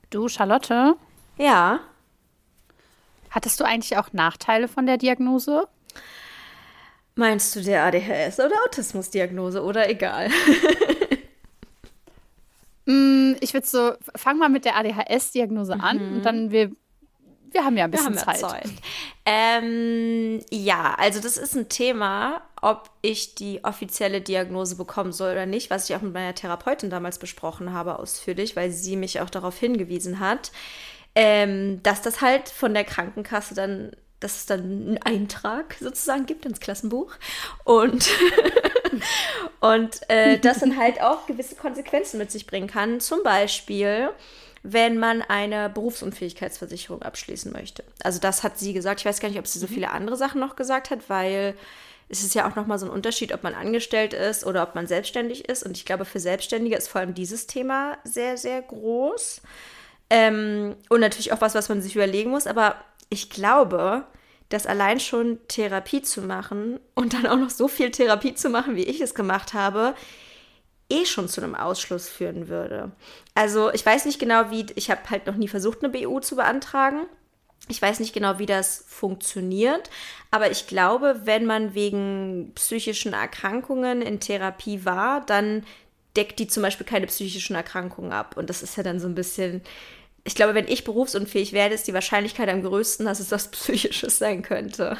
Du, Charlotte, Ja, hattest du eigentlich auch Nachteile von der Diagnose? meinst du der ADHS- oder Autismusdiagnose oder egal? Ich würde so, fang mal mit der ADHS-Diagnose an und dann wir haben ja ein Wir bisschen haben ja Zeit. Zeit. Ja, also das ist ein Thema, ob ich die offizielle Diagnose bekommen soll oder nicht, was ich auch mit meiner Therapeutin damals besprochen habe, ausführlich, weil sie mich auch darauf hingewiesen hat, dass das halt von der Krankenkasse dann, dass es dann einen Eintrag sozusagen gibt ins Klassenbuch und das dann halt auch gewisse Konsequenzen mit sich bringen kann. Zum Beispiel, wenn man eine Berufsunfähigkeitsversicherung abschließen möchte. Also das hat sie gesagt. Ich weiß gar nicht, ob sie so viele andere Sachen noch gesagt hat, weil es ist ja auch nochmal so ein Unterschied, ob man angestellt ist oder ob man selbstständig ist. Und ich glaube, für Selbstständige ist vor allem dieses Thema sehr, sehr groß. Und natürlich auch was man sich überlegen muss. Aber ich glaube, dass allein schon Therapie zu machen und dann auch noch so viel Therapie zu machen, wie ich es gemacht habe, schon zu einem Ausschluss führen würde. Also ich weiß nicht genau, ich habe halt noch nie versucht, eine BU zu beantragen. Ich weiß nicht genau, wie das funktioniert, aber ich glaube, wenn man wegen psychischen Erkrankungen in Therapie war, dann deckt die zum Beispiel keine psychischen Erkrankungen ab. Und das ist ja dann so ein bisschen, ich glaube, wenn ich berufsunfähig werde, ist die Wahrscheinlichkeit am größten, dass es was Psychisches sein könnte.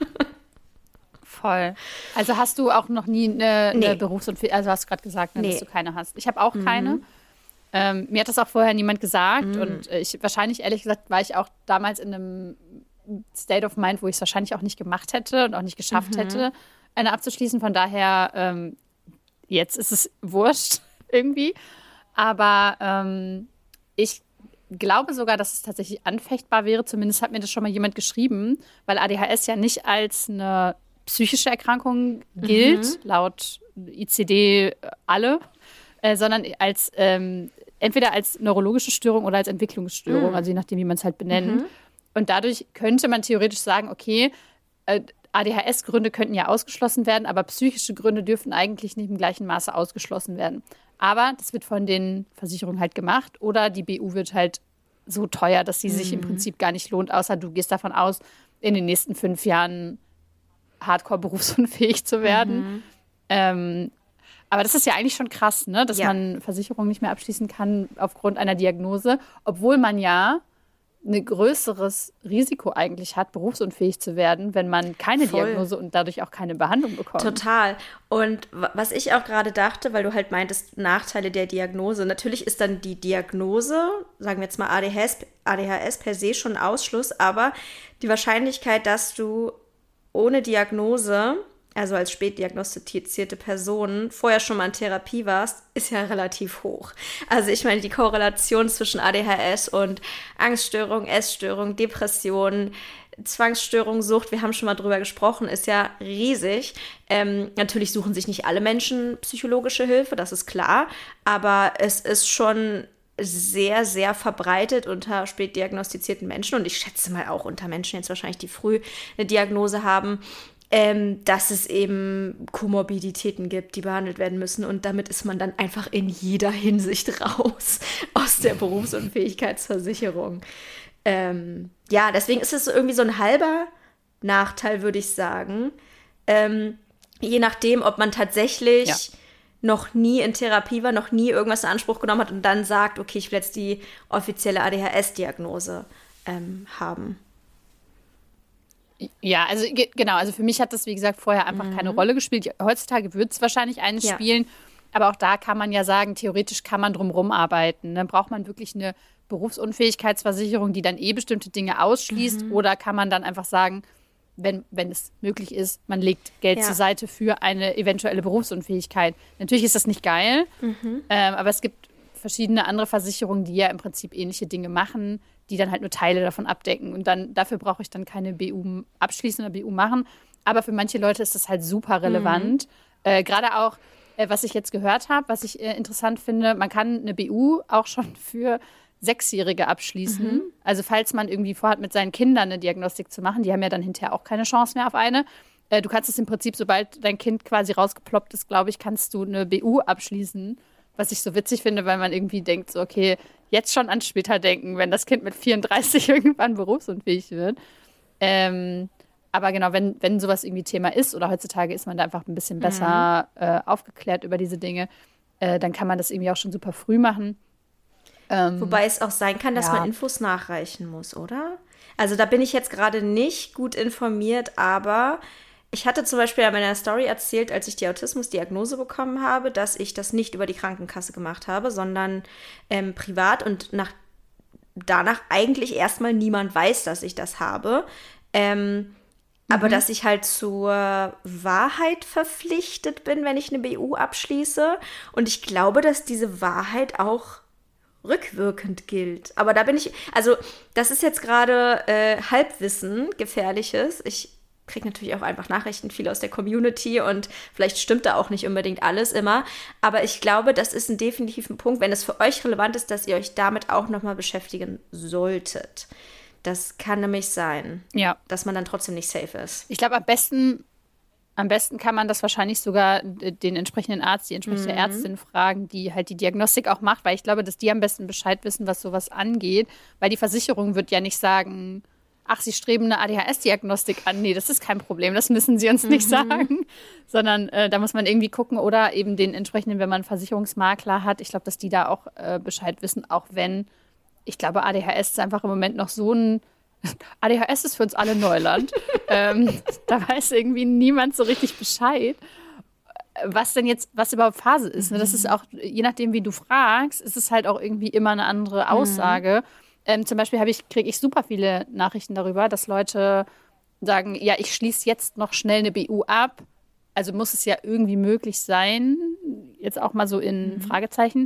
Voll. Also hast du auch noch nie eine Nee, Berufsunfähigkeit, also hast du gerade gesagt, ne, dass nee. du keine hast. Ich habe auch keine. Mir hat das auch vorher niemand gesagt und wahrscheinlich, ehrlich gesagt, war ich auch damals in einem State of Mind, wo ich es wahrscheinlich auch nicht gemacht hätte und auch nicht geschafft hätte, eine abzuschließen. Von daher, jetzt ist es wurscht irgendwie. Aber ich glaube sogar, dass es tatsächlich anfechtbar wäre. Zumindest hat mir das schon mal jemand geschrieben, weil ADHS ja nicht als eine psychische Erkrankung gilt, laut ICD alle, sondern als entweder als neurologische Störung oder als Entwicklungsstörung, also je nachdem, wie man es halt benennt. Und dadurch könnte man theoretisch sagen, okay, ADHS-Gründe könnten ja ausgeschlossen werden, aber psychische Gründe dürfen eigentlich nicht im gleichen Maße ausgeschlossen werden. Aber das wird von den Versicherungen halt gemacht oder die BU wird halt so teuer, dass sie sich im Prinzip gar nicht lohnt, außer du gehst davon aus, in den nächsten 5 Jahren hardcore berufsunfähig zu werden. Aber das ist ja eigentlich schon krass, ne? Dass Ja, man Versicherungen nicht mehr abschließen kann aufgrund einer Diagnose, obwohl man ja ein größeres Risiko eigentlich hat, berufsunfähig zu werden, wenn man keine voll. Diagnose und dadurch auch keine Behandlung bekommt. Total. Und was ich auch gerade dachte, weil du halt meintest, Nachteile der Diagnose, natürlich ist dann die Diagnose, sagen wir jetzt mal ADHS per se schon ein Ausschluss, aber die Wahrscheinlichkeit, dass du ohne Diagnose, also als spät diagnostizierte Person, vorher schon mal in Therapie warst, ist ja relativ hoch. Also ich meine, die Korrelation zwischen ADHS und Angststörung, Essstörung, Depression, Zwangsstörung, Sucht, wir haben schon mal drüber gesprochen, ist ja riesig. Natürlich suchen sich nicht alle Menschen psychologische Hilfe, das ist klar, aber es ist schon sehr, sehr verbreitet unter spät diagnostizierten Menschen und ich schätze mal auch unter Menschen jetzt wahrscheinlich, die früh eine Diagnose haben, dass es eben Komorbiditäten gibt, die behandelt werden müssen und damit ist man dann einfach in jeder Hinsicht raus aus der Berufsunfähigkeitsversicherung. Ja, deswegen ist es so irgendwie so ein halber Nachteil, würde ich sagen. Je nachdem, ob man Ja. tatsächlich noch nie in Therapie war, noch nie irgendwas in Anspruch genommen hat und dann sagt, okay, ich will jetzt die offizielle ADHS-Diagnose haben. Ja, also genau, also für mich hat das, wie gesagt, vorher einfach keine Rolle gespielt. Heutzutage wird es wahrscheinlich eine Ja, spielen, aber auch da kann man ja sagen, theoretisch kann man drum arbeiten. Dann braucht man wirklich eine Berufsunfähigkeitsversicherung, die dann bestimmte Dinge ausschließt, oder kann man dann einfach sagen, wenn es möglich ist, man legt Geld zur ja, Seite für eine eventuelle Berufsunfähigkeit. Natürlich ist das nicht geil, aber es gibt verschiedene andere Versicherungen, die ja im Prinzip ähnliche Dinge machen, die dann halt nur Teile davon abdecken. Und dann dafür brauche ich dann keine BU abschließen oder BU machen. Aber für manche Leute ist das halt super relevant. Gerade auch, was ich jetzt gehört habe, was ich interessant finde, man kann eine BU auch schon für Sechsjährige abschließen. Also falls man irgendwie vorhat, mit seinen Kindern eine Diagnostik zu machen, die haben ja dann hinterher auch keine Chance mehr auf eine. Du kannst es im Prinzip, sobald dein Kind quasi rausgeploppt ist, glaube ich, kannst du eine BU abschließen was ich so witzig finde, weil man irgendwie denkt, so okay, jetzt schon an später denken, wenn das Kind mit 34 irgendwann berufsunfähig wird. Aber genau, wenn sowas irgendwie Thema ist oder heutzutage ist man da einfach ein bisschen besser aufgeklärt über diese Dinge, dann kann man das irgendwie auch schon super früh machen. Wobei es auch sein kann, dass ja. man Infos nachreichen muss, oder? Also da bin ich jetzt gerade nicht gut informiert, aber ich hatte zum Beispiel in meiner Story erzählt, als ich die Autismusdiagnose bekommen habe, dass ich das nicht über die Krankenkasse gemacht habe, sondern privat und danach eigentlich erstmal niemand weiß, dass ich das habe. Aber dass ich halt zur Wahrheit verpflichtet bin, wenn ich eine BU abschließe. Und ich glaube, dass diese Wahrheit auch rückwirkend gilt. Aber da bin ich, also das ist jetzt gerade Halbwissen, gefährliches. Ich kriege natürlich auch einfach Nachrichten, viel aus der Community und vielleicht stimmt da auch nicht unbedingt alles immer. Aber ich glaube, das ist ein definitiver Punkt, wenn es für euch relevant ist, dass ihr euch damit auch nochmal beschäftigen solltet. Das kann nämlich sein, dass man dann trotzdem nicht safe ist. Ich glaube, am besten kann man das wahrscheinlich sogar den entsprechenden Arzt, die entsprechende Ärztin fragen, die halt die Diagnostik auch macht, weil ich glaube, dass die am besten Bescheid wissen, was sowas angeht, weil die Versicherung wird ja nicht sagen, ach, Sie streben eine ADHS-Diagnostik an. Nee, das ist kein Problem, das müssen Sie uns nicht sagen, sondern da muss man irgendwie gucken oder eben den entsprechenden, wenn man einen Versicherungsmakler hat, ich glaube, dass die da auch Bescheid wissen, auch wenn, ich glaube, ADHS ist einfach im Moment noch so ein ADHS ist für uns alle Neuland. Da weiß irgendwie niemand so richtig Bescheid, was denn jetzt, was überhaupt Phase ist. Ne? Das ist auch, je nachdem, wie du fragst, ist es halt auch irgendwie immer eine andere Aussage. Zum Beispiel kriege ich super viele Nachrichten darüber, dass Leute sagen, ja, ich schließe jetzt noch schnell eine BU ab. Also muss es ja irgendwie möglich sein, jetzt auch mal so in Fragezeichen,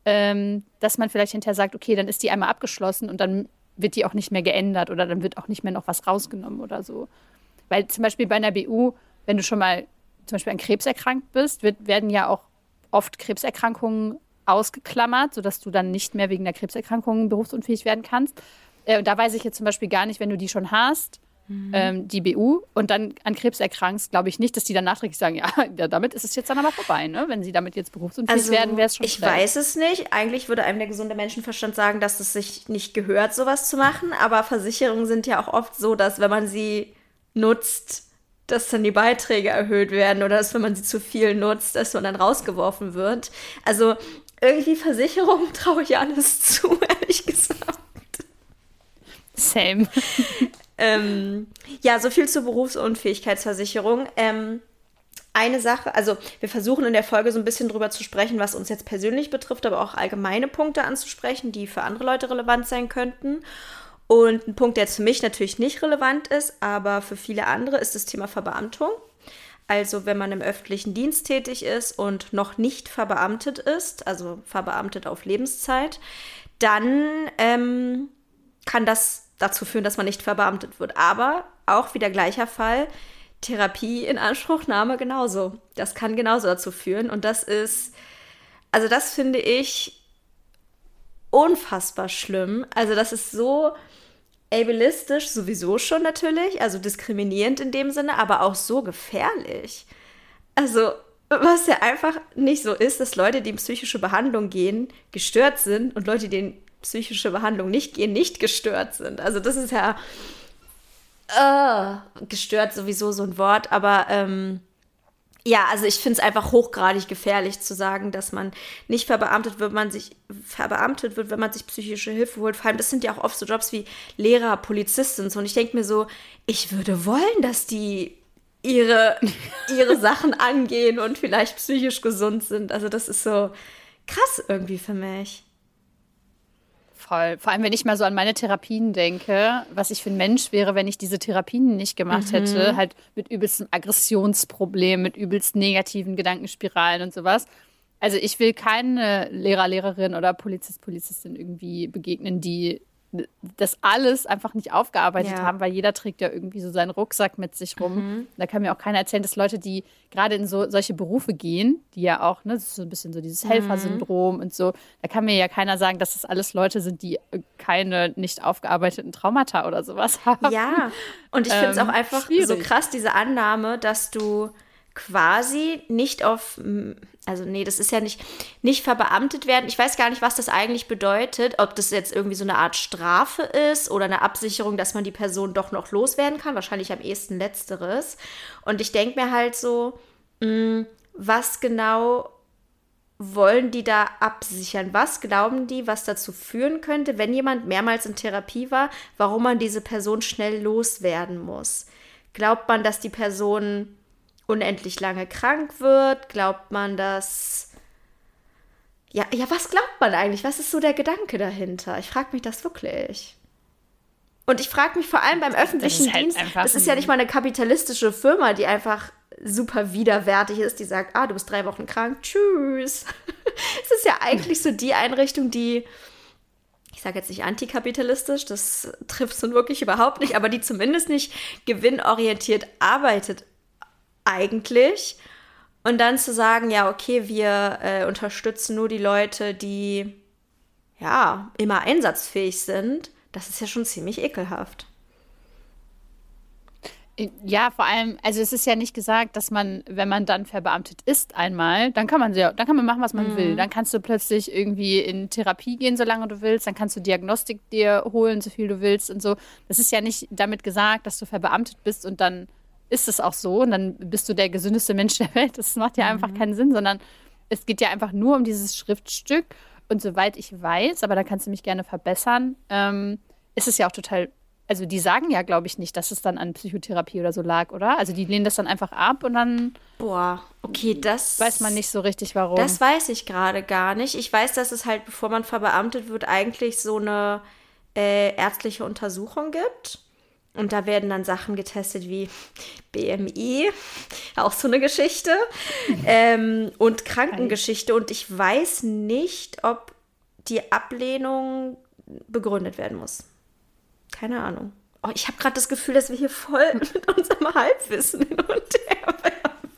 dass man vielleicht hinterher sagt, okay, dann ist die einmal abgeschlossen und dann wird die auch nicht mehr geändert oder dann wird auch nicht mehr noch was rausgenommen oder so. Weil zum Beispiel bei einer BU, wenn du schon mal zum Beispiel an Krebs erkrankt bist, werden ja auch oft Krebserkrankungen ausgeklammert, sodass du dann nicht mehr wegen der Krebserkrankung berufsunfähig werden kannst. Und da weiß ich jetzt zum Beispiel gar nicht, wenn du die schon hast, die BU, und dann an Krebs erkrankst, glaube ich nicht, dass die dann nachträglich sagen, ja, damit ist es jetzt dann aber vorbei, ne? Wenn sie damit jetzt berufsunfähig werden, wäre es schon schlecht. Ich weiß es nicht. Eigentlich würde einem der gesunde Menschenverstand sagen, dass es sich nicht gehört, sowas zu machen. Aber Versicherungen sind ja auch oft so, dass wenn man sie nutzt, dass dann die Beiträge erhöht werden oder dass, wenn man sie zu viel nutzt, dass man dann rausgeworfen wird. Also irgendwie Versicherungen traue ich alles zu, ehrlich gesagt. Same. Ja, so viel zur Berufsunfähigkeitsversicherung. Eine Sache, also wir versuchen in der Folge so ein bisschen drüber zu sprechen, was uns jetzt persönlich betrifft, aber auch allgemeine Punkte anzusprechen, die für andere Leute relevant sein könnten. Und ein Punkt, der jetzt für mich natürlich nicht relevant ist, aber für viele andere, ist das Thema Verbeamtung. Also wenn man im öffentlichen Dienst tätig ist und noch nicht verbeamtet ist, also verbeamtet auf Lebenszeit, dann kann das dazu führen, dass man nicht verbeamtet wird. Aber auch wieder gleicher Fall, Therapie in Anspruchnahme genauso. Das kann genauso dazu führen. Und das ist, also das finde ich unfassbar schlimm. Also das ist so ableistisch sowieso schon natürlich, also diskriminierend in dem Sinne, aber auch so gefährlich. Also was ja einfach nicht so ist, dass Leute, die in psychische Behandlung gehen, gestört sind und Leute, die in psychische Behandlung nicht gehen, nicht gestört sind. Also das ist ja gestört sowieso so ein Wort, aber ja, also ich finde es einfach hochgradig gefährlich zu sagen, dass man nicht verbeamtet wird, wenn man sich psychische Hilfe holt. Vor allem, das sind ja auch oft so Jobs wie Lehrer, Polizistin und so. Und ich denke mir so, ich würde wollen, dass die ihre Sachen angehen und vielleicht psychisch gesund sind. Also das ist so krass irgendwie für mich. Voll. Vor allem, wenn ich mal so an meine Therapien denke, was ich für ein Mensch wäre, wenn ich diese Therapien nicht gemacht hätte, halt mit übelstem Aggressionsproblem, mit übelst negativen Gedankenspiralen und sowas. Also ich will keine Lehrer, Lehrerin oder Polizistin irgendwie begegnen, die das alles einfach nicht aufgearbeitet haben, weil jeder trägt ja irgendwie so seinen Rucksack mit sich rum. Da kann mir auch keiner erzählen, dass Leute, die gerade in solche Berufe gehen, die ja auch, ne, das ist so ein bisschen so dieses Helfersyndrom und so, da kann mir ja keiner sagen, dass das alles Leute sind, die keine nicht aufgearbeiteten Traumata oder sowas haben. Ja, und ich finde es auch einfach so krass, diese Annahme, dass du quasi nicht also nee, das ist ja nicht verbeamtet werden. Ich weiß gar nicht, was das eigentlich bedeutet, ob das jetzt irgendwie so eine Art Strafe ist oder eine Absicherung, dass man die Person doch noch loswerden kann. Wahrscheinlich am ehesten Letzteres. Und ich denke mir halt so, was genau wollen die da absichern? Was glauben die, was dazu führen könnte, wenn jemand mehrmals in Therapie war, warum man diese Person schnell loswerden muss? Glaubt man, dass die Person unendlich lange krank wird? Glaubt man, dass... Ja, was glaubt man eigentlich? Was ist so der Gedanke dahinter? Ich frage mich das wirklich. Und ich frage mich vor allem beim öffentlichen Dienst, das ist ja nicht mal eine kapitalistische Firma, die einfach super widerwärtig ist, die sagt, du bist 3 Wochen krank, tschüss. Es ist ja eigentlich so die Einrichtung, die, ich sage jetzt nicht antikapitalistisch, das trifft es nun wirklich überhaupt nicht, aber die zumindest nicht gewinnorientiert arbeitet eigentlich. Und dann zu sagen, ja, okay, wir unterstützen nur die Leute, die ja immer einsatzfähig sind, das ist ja schon ziemlich ekelhaft. Ja, vor allem, also es ist ja nicht gesagt, dass man, wenn man dann verbeamtet ist einmal, dann kann man machen, was man will. Dann kannst du plötzlich irgendwie in Therapie gehen, solange du willst. Dann kannst du Diagnostik dir holen, so viel du willst und so. Das ist ja nicht damit gesagt, dass du verbeamtet bist und dann ist es auch so und dann bist du der gesündeste Mensch der Welt. Das macht ja einfach keinen Sinn, sondern es geht ja einfach nur um dieses Schriftstück. Und soweit ich weiß, aber da kannst du mich gerne verbessern, ist es ja auch total. Also die sagen ja, glaube ich, nicht, dass es dann an Psychotherapie oder so lag, oder? Also die lehnen das dann einfach ab und dann okay, das weiß man nicht so richtig, warum. Das weiß ich gerade gar nicht. Ich weiß, dass es halt, bevor man verbeamtet wird, eigentlich so eine ärztliche Untersuchung gibt. Und da werden dann Sachen getestet wie BMI, auch so eine Geschichte, und Krankengeschichte. Und ich weiß nicht, ob die Ablehnung begründet werden muss. Keine Ahnung. Oh, ich habe gerade das Gefühl, dass wir hier voll mit unserem Halbwissen hin und her werfen.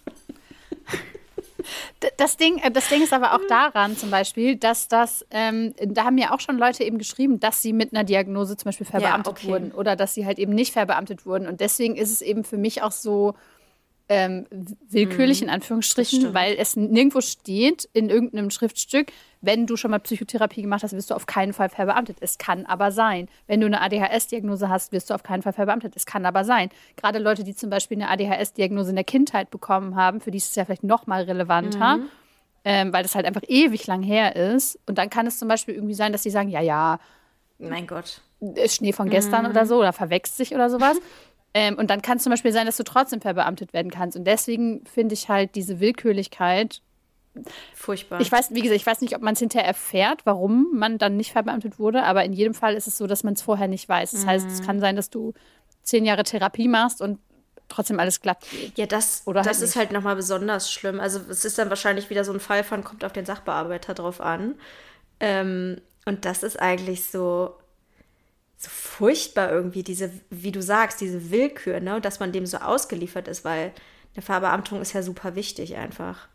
Das Ding ist aber auch daran zum Beispiel, dass da haben ja auch schon Leute eben geschrieben, dass sie mit einer Diagnose zum Beispiel verbeamtet wurden oder dass sie halt eben nicht verbeamtet wurden. Und deswegen ist es eben für mich auch so willkürlich in Anführungsstrichen, weil es nirgendwo steht in irgendeinem Schriftstück, wenn du schon mal Psychotherapie gemacht hast, wirst du auf keinen Fall verbeamtet. Es kann aber sein. Wenn du eine ADHS-Diagnose hast, wirst du auf keinen Fall verbeamtet. Es kann aber sein. Gerade Leute, die zum Beispiel eine ADHS-Diagnose in der Kindheit bekommen haben, für die ist es ja vielleicht noch mal relevanter, weil das halt einfach ewig lang her ist. Und dann kann es zum Beispiel irgendwie sein, dass die sagen, ja, mein Gott, ist Schnee von gestern oder so oder verwechselt sich oder sowas. Und dann kann es zum Beispiel sein, dass du trotzdem verbeamtet werden kannst. Und deswegen finde ich halt diese Willkürlichkeit furchtbar. Ich weiß nicht, ob man es hinterher erfährt, warum man dann nicht verbeamtet wurde, aber in jedem Fall ist es so, dass man es vorher nicht weiß. Das heißt, es kann sein, dass du 10 Jahre Therapie machst und trotzdem alles glatt geht. Ja, das ist halt nochmal besonders schlimm. Also es ist dann wahrscheinlich wieder so ein Fall von, kommt auf den Sachbearbeiter drauf an. Und das ist eigentlich so furchtbar irgendwie, wie du sagst, diese Willkür, ne? Dass man dem so ausgeliefert ist, weil eine Verbeamtung ist ja super wichtig einfach.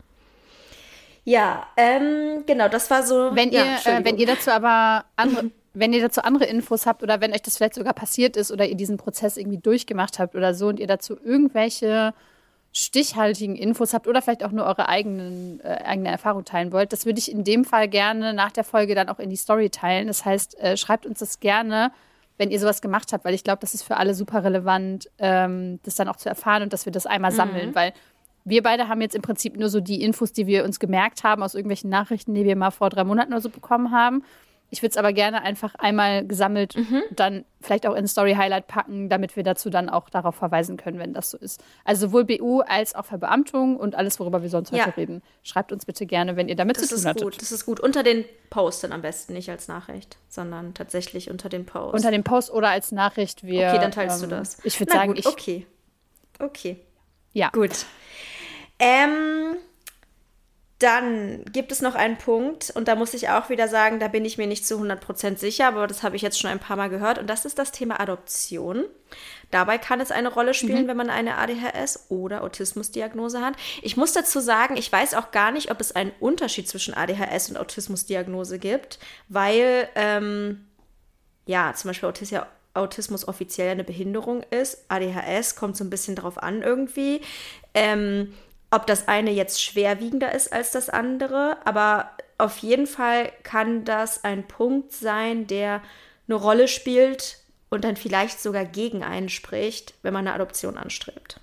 Ja, genau, das war so. Wenn ihr dazu aber andere Infos habt oder wenn euch das vielleicht sogar passiert ist oder ihr diesen Prozess irgendwie durchgemacht habt oder so und ihr dazu irgendwelche stichhaltigen Infos habt oder vielleicht auch nur eure eigene Erfahrung teilen wollt, das würde ich in dem Fall gerne nach der Folge dann auch in die Story teilen. Das heißt, schreibt uns das gerne, wenn ihr sowas gemacht habt, weil ich glaube, das ist für alle super relevant, das dann auch zu erfahren und dass wir das einmal sammeln, weil wir beide haben jetzt im Prinzip nur so die Infos, die wir uns gemerkt haben aus irgendwelchen Nachrichten, die wir mal vor 3 Monaten oder so bekommen haben. Ich würde es aber gerne einfach einmal gesammelt dann vielleicht auch in Story-Highlight packen, damit wir dazu dann auch darauf verweisen können, wenn das so ist. Also sowohl BU als auch Verbeamtung und alles, worüber wir sonst heute reden. Schreibt uns bitte gerne, wenn ihr damit zu tun hattet. Das ist gut. Unter den Post dann am besten, nicht als Nachricht, sondern tatsächlich unter den Post. Unter dem Post oder als Nachricht. Okay, dann teilst du das. Ich würde sagen, Okay. Ja. Gut. Dann gibt es noch einen Punkt, und da muss ich auch wieder sagen, da bin ich mir nicht zu 100% sicher, aber das habe ich jetzt schon ein paar Mal gehört, und das ist das Thema Adoption. Dabei kann es eine Rolle spielen, wenn man eine ADHS- oder Autismusdiagnose hat. Ich muss dazu sagen, ich weiß auch gar nicht, ob es einen Unterschied zwischen ADHS und Autismusdiagnose gibt, weil, zum Beispiel Autismus offiziell eine Behinderung ist. ADHS kommt so ein bisschen drauf an irgendwie. ob das eine jetzt schwerwiegender ist als das andere, aber auf jeden Fall kann das ein Punkt sein, der eine Rolle spielt und dann vielleicht sogar gegen einen spricht, wenn man eine Adoption anstrebt.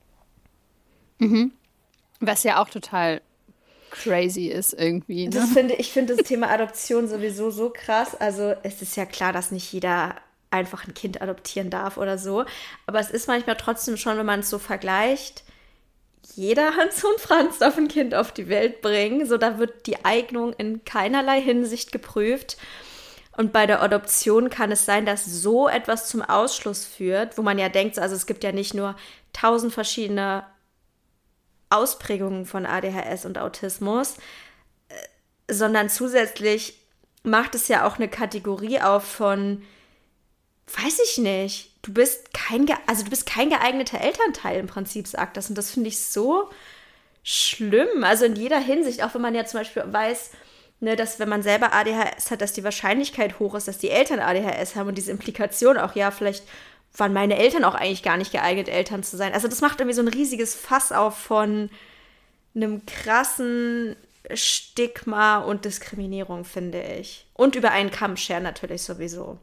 Was ja auch total crazy ist irgendwie. Ne? Ich finde das Thema Adoption sowieso so krass. Also es ist ja klar, dass nicht jeder einfach ein Kind adoptieren darf oder so. Aber es ist manchmal trotzdem schon, wenn man es so vergleicht, jeder Hans und Franz darf ein Kind auf die Welt bringen. So, da wird die Eignung in keinerlei Hinsicht geprüft. Und bei der Adoption kann es sein, dass so etwas zum Ausschluss führt, wo man ja denkt, also es gibt ja nicht nur 1000 verschiedene Ausprägungen von ADHS und Autismus, sondern zusätzlich macht es ja auch eine Kategorie auf von, weiß ich nicht, du bist kein geeigneter Elternteil im Prinzip, sagt das. Und das finde ich so schlimm. Also in jeder Hinsicht, auch wenn man ja zum Beispiel weiß, ne, dass wenn man selber ADHS hat, dass die Wahrscheinlichkeit hoch ist, dass die Eltern ADHS haben und diese Implikation auch, ja, vielleicht waren meine Eltern auch eigentlich gar nicht geeignet, Eltern zu sein. Also das macht irgendwie so ein riesiges Fass auf von einem krassen Stigma und Diskriminierung, finde ich. Und über einen Kamm scheren natürlich sowieso.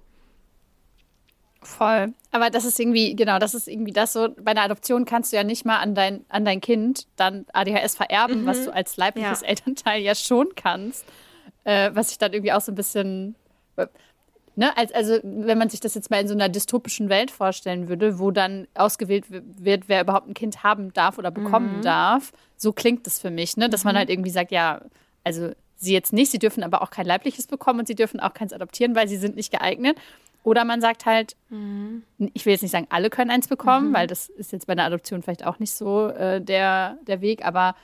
Voll. Aber das ist irgendwie, genau, das ist irgendwie das so. Bei einer Adoption kannst du ja nicht mal an dein Kind dann ADHS vererben, was du als leibliches Elternteil ja schon kannst. Was ich dann irgendwie auch so ein bisschen, ne, also wenn man sich das jetzt mal in so einer dystopischen Welt vorstellen würde, wo dann ausgewählt wird, wer überhaupt ein Kind haben darf oder bekommen darf, so klingt das für mich, ne, dass man halt irgendwie sagt, ja, also sie jetzt nicht, sie dürfen aber auch kein leibliches bekommen und sie dürfen auch keins adoptieren, weil sie sind nicht geeignet. Oder man sagt halt, ich will jetzt nicht sagen, alle können eins bekommen, weil das ist jetzt bei einer Adoption vielleicht auch nicht so der Weg, aber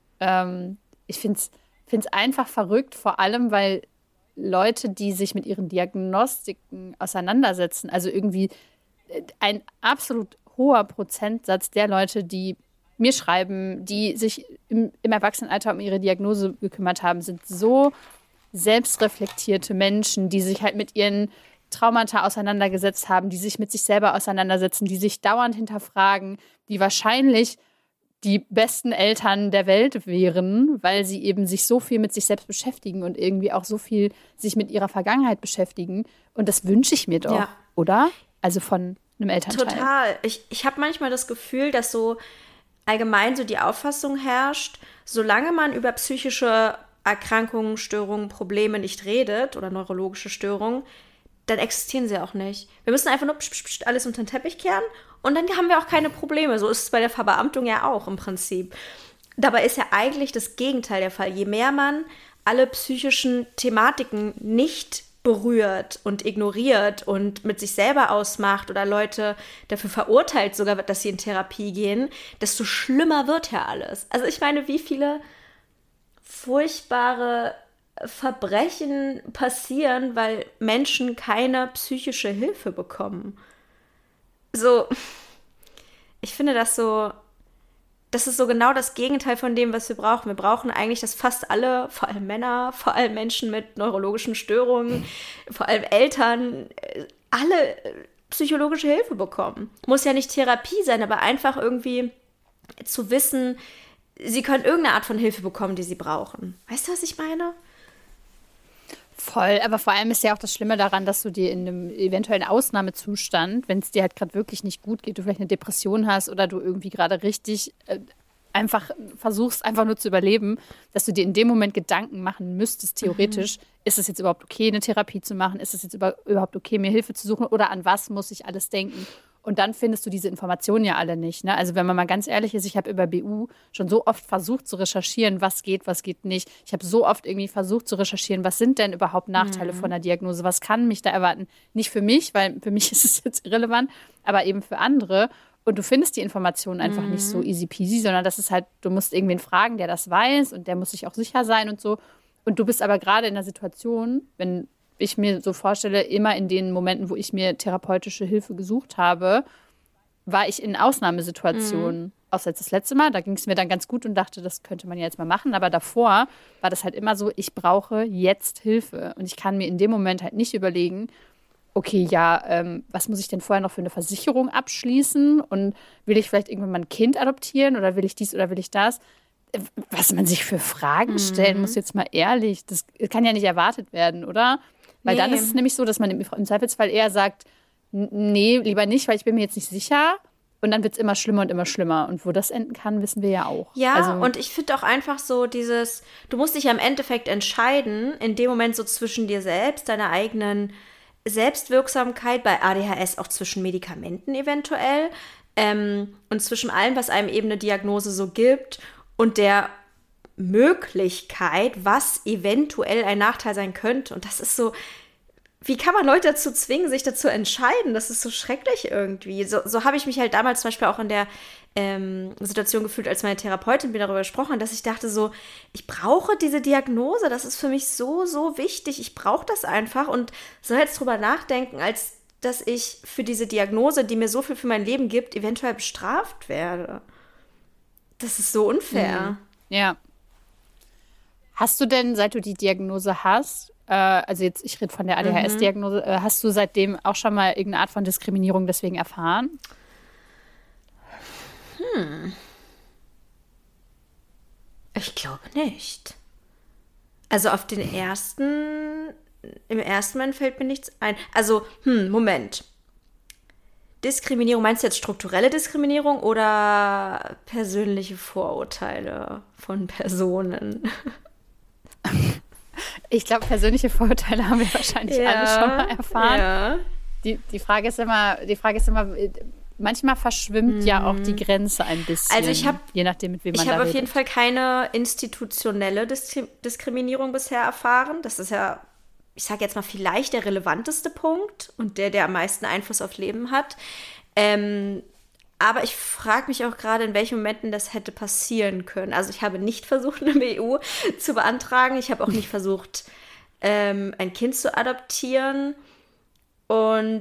ich finde es einfach verrückt, vor allem, weil Leute, die sich mit ihren Diagnostiken auseinandersetzen, also irgendwie ein absolut hoher Prozentsatz der Leute, die mir schreiben, die sich im Erwachsenenalter um ihre Diagnose gekümmert haben, sind so selbstreflektierte Menschen, die sich halt mit ihren Traumata auseinandergesetzt haben, die sich mit sich selber auseinandersetzen, die sich dauernd hinterfragen, die wahrscheinlich die besten Eltern der Welt wären, weil sie eben sich so viel mit sich selbst beschäftigen und irgendwie auch so viel sich mit ihrer Vergangenheit beschäftigen. Und das wünsche ich mir doch, oder? Also von einem Elternteil. Total. Ich habe manchmal das Gefühl, dass so allgemein so die Auffassung herrscht, solange man über psychische Erkrankungen, Störungen, Probleme nicht redet oder neurologische Störungen, dann existieren sie auch nicht. Wir müssen einfach nur alles unter den Teppich kehren und dann haben wir auch keine Probleme. So ist es bei der Verbeamtung ja auch im Prinzip. Dabei ist ja eigentlich das Gegenteil der Fall. Je mehr man alle psychischen Thematiken nicht berührt und ignoriert und mit sich selber ausmacht oder Leute dafür verurteilt sogar, dass sie in Therapie gehen, desto schlimmer wird ja alles. Also ich meine, wie viele furchtbare Verbrechen passieren, weil Menschen keine psychische Hilfe bekommen. So, ich finde das ist so genau das Gegenteil von dem, was wir brauchen. Wir brauchen eigentlich, dass fast alle, vor allem Männer, vor allem Menschen mit neurologischen Störungen, vor allem Eltern, alle psychologische Hilfe bekommen. Muss ja nicht Therapie sein, aber einfach irgendwie zu wissen, sie können irgendeine Art von Hilfe bekommen, die sie brauchen. Weißt du, was ich meine? Voll, aber vor allem ist ja auch das Schlimme daran, dass du dir in einem eventuellen Ausnahmezustand, wenn es dir halt gerade wirklich nicht gut geht, du vielleicht eine Depression hast oder du irgendwie gerade richtig einfach versuchst, einfach nur zu überleben, dass du dir in dem Moment Gedanken machen müsstest, theoretisch, ist es jetzt überhaupt okay, eine Therapie zu machen? Ist es jetzt überhaupt okay, mir Hilfe zu suchen? Oder an was muss ich alles denken? Und dann findest du diese Informationen ja alle nicht. Ne? Also wenn man mal ganz ehrlich ist, ich habe über BU schon so oft versucht zu recherchieren, was geht nicht. Ich habe so oft irgendwie versucht zu recherchieren, was sind denn überhaupt Nachteile von der Diagnose? Was kann mich da erwarten? Nicht für mich, weil für mich ist es jetzt irrelevant, aber eben für andere. Und du findest die Informationen einfach nicht so easy peasy, sondern das ist halt, du musst irgendwen fragen, der das weiß und der muss sich auch sicher sein und so. Und du bist aber gerade in der Situation, wenn ich mir so vorstelle, immer in den Momenten, wo ich mir therapeutische Hilfe gesucht habe, war ich in Ausnahmesituationen. Außer jetzt das letzte Mal, da ging es mir dann ganz gut und dachte, das könnte man ja jetzt mal machen. Aber davor war das halt immer so, ich brauche jetzt Hilfe. Und ich kann mir in dem Moment halt nicht überlegen, okay, ja, was muss ich denn vorher noch für eine Versicherung abschließen? Und will ich vielleicht irgendwann mal ein Kind adoptieren oder will ich dies oder will ich das? Was man sich für Fragen stellen muss, jetzt mal ehrlich, das kann ja nicht erwartet werden, oder? Weil dann ist es nämlich so, dass man im Zweifelsfall eher sagt, nee, lieber nicht, weil ich bin mir jetzt nicht sicher. Und dann wird es immer schlimmer und immer schlimmer. Und wo das enden kann, wissen wir ja auch. Ja, also, und ich finde auch einfach so du musst dich ja im Endeffekt entscheiden, in dem Moment so zwischen dir selbst, deiner eigenen Selbstwirksamkeit, bei ADHS auch zwischen Medikamenten eventuell, und zwischen allem, was einem eben eine Diagnose so gibt und der Möglichkeit, was eventuell ein Nachteil sein könnte. Und das ist so, wie kann man Leute dazu zwingen, sich dazu entscheiden? Das ist so schrecklich irgendwie. So habe ich mich halt damals zum Beispiel auch in der Situation gefühlt, als meine Therapeutin mir darüber gesprochen hat, dass ich dachte so, ich brauche diese Diagnose, das ist für mich so, so wichtig. Ich brauche das einfach und soll jetzt drüber nachdenken, als dass ich für diese Diagnose, die mir so viel für mein Leben gibt, eventuell bestraft werde. Das ist so unfair. Ja. Hast du denn, seit du die Diagnose hast, also jetzt, ich rede von der ADHS-Diagnose, hast du seitdem auch schon mal irgendeine Art von Diskriminierung deswegen erfahren? Ich glaube nicht. Also im ersten Moment fällt mir nichts ein. Also, Moment. Diskriminierung, meinst du jetzt strukturelle Diskriminierung oder persönliche Vorurteile von Personen? Ich glaube, persönliche Vorurteile haben wir wahrscheinlich alle schon mal erfahren. Ja. Die Frage ist immer, manchmal verschwimmt ja auch die Grenze ein bisschen. Also je nachdem, mit wem man Ich da habe auf redet. jeden Fall keine institutionelle Diskriminierung bisher erfahren. Das ist ja, ich sage jetzt mal, vielleicht der relevanteste Punkt und der am meisten Einfluss aufs Leben hat. Aber ich frage mich auch gerade, in welchen Momenten das hätte passieren können. Also ich habe nicht versucht, eine BU zu beantragen. Ich habe auch nicht versucht, ein Kind zu adoptieren. Und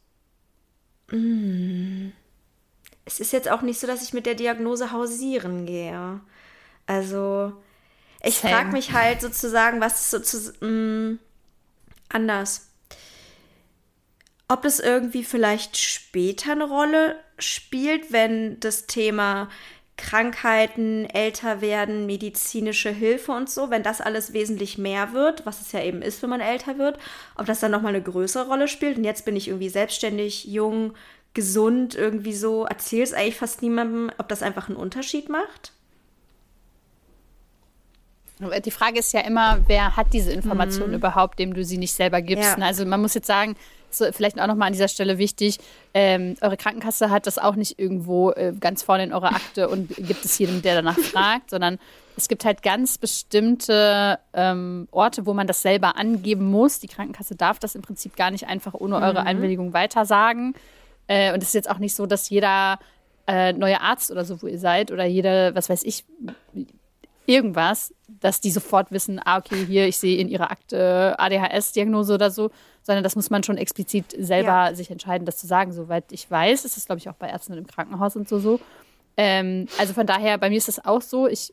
es ist jetzt auch nicht so, dass ich mit der Diagnose hausieren gehe. Also ich frage mich halt sozusagen, was ist anders. Ob das irgendwie vielleicht später eine Rolle spielt, wenn das Thema Krankheiten, älter werden, medizinische Hilfe und so, wenn das alles wesentlich mehr wird, was es ja eben ist, wenn man älter wird, ob das dann nochmal eine größere Rolle spielt. Und jetzt bin ich irgendwie selbstständig, jung, gesund, irgendwie so, erzähle es eigentlich fast niemandem, ob das einfach einen Unterschied macht. Die Frage ist ja immer, wer hat diese Information überhaupt, dem du sie nicht selber gibst. Ja. Also man muss jetzt sagen, so vielleicht auch nochmal an dieser Stelle wichtig, eure Krankenkasse hat das auch nicht irgendwo ganz vorne in eurer Akte und gibt es jedem, der danach fragt, sondern es gibt halt ganz bestimmte Orte, wo man das selber angeben muss. Die Krankenkasse darf das im Prinzip gar nicht einfach ohne eure Einwilligung weitersagen. Und es ist jetzt auch nicht so, dass jeder neue Arzt oder so, wo ihr seid, oder jeder, was weiß ich, irgendwas, dass die sofort wissen, okay, hier, ich sehe in ihrer Akte ADHS-Diagnose oder so, sondern das muss man schon explizit selber sich entscheiden, das zu sagen. Soweit ich weiß, ist das, glaube ich, auch bei Ärzten im Krankenhaus und so. Also von daher, bei mir ist das auch so, ich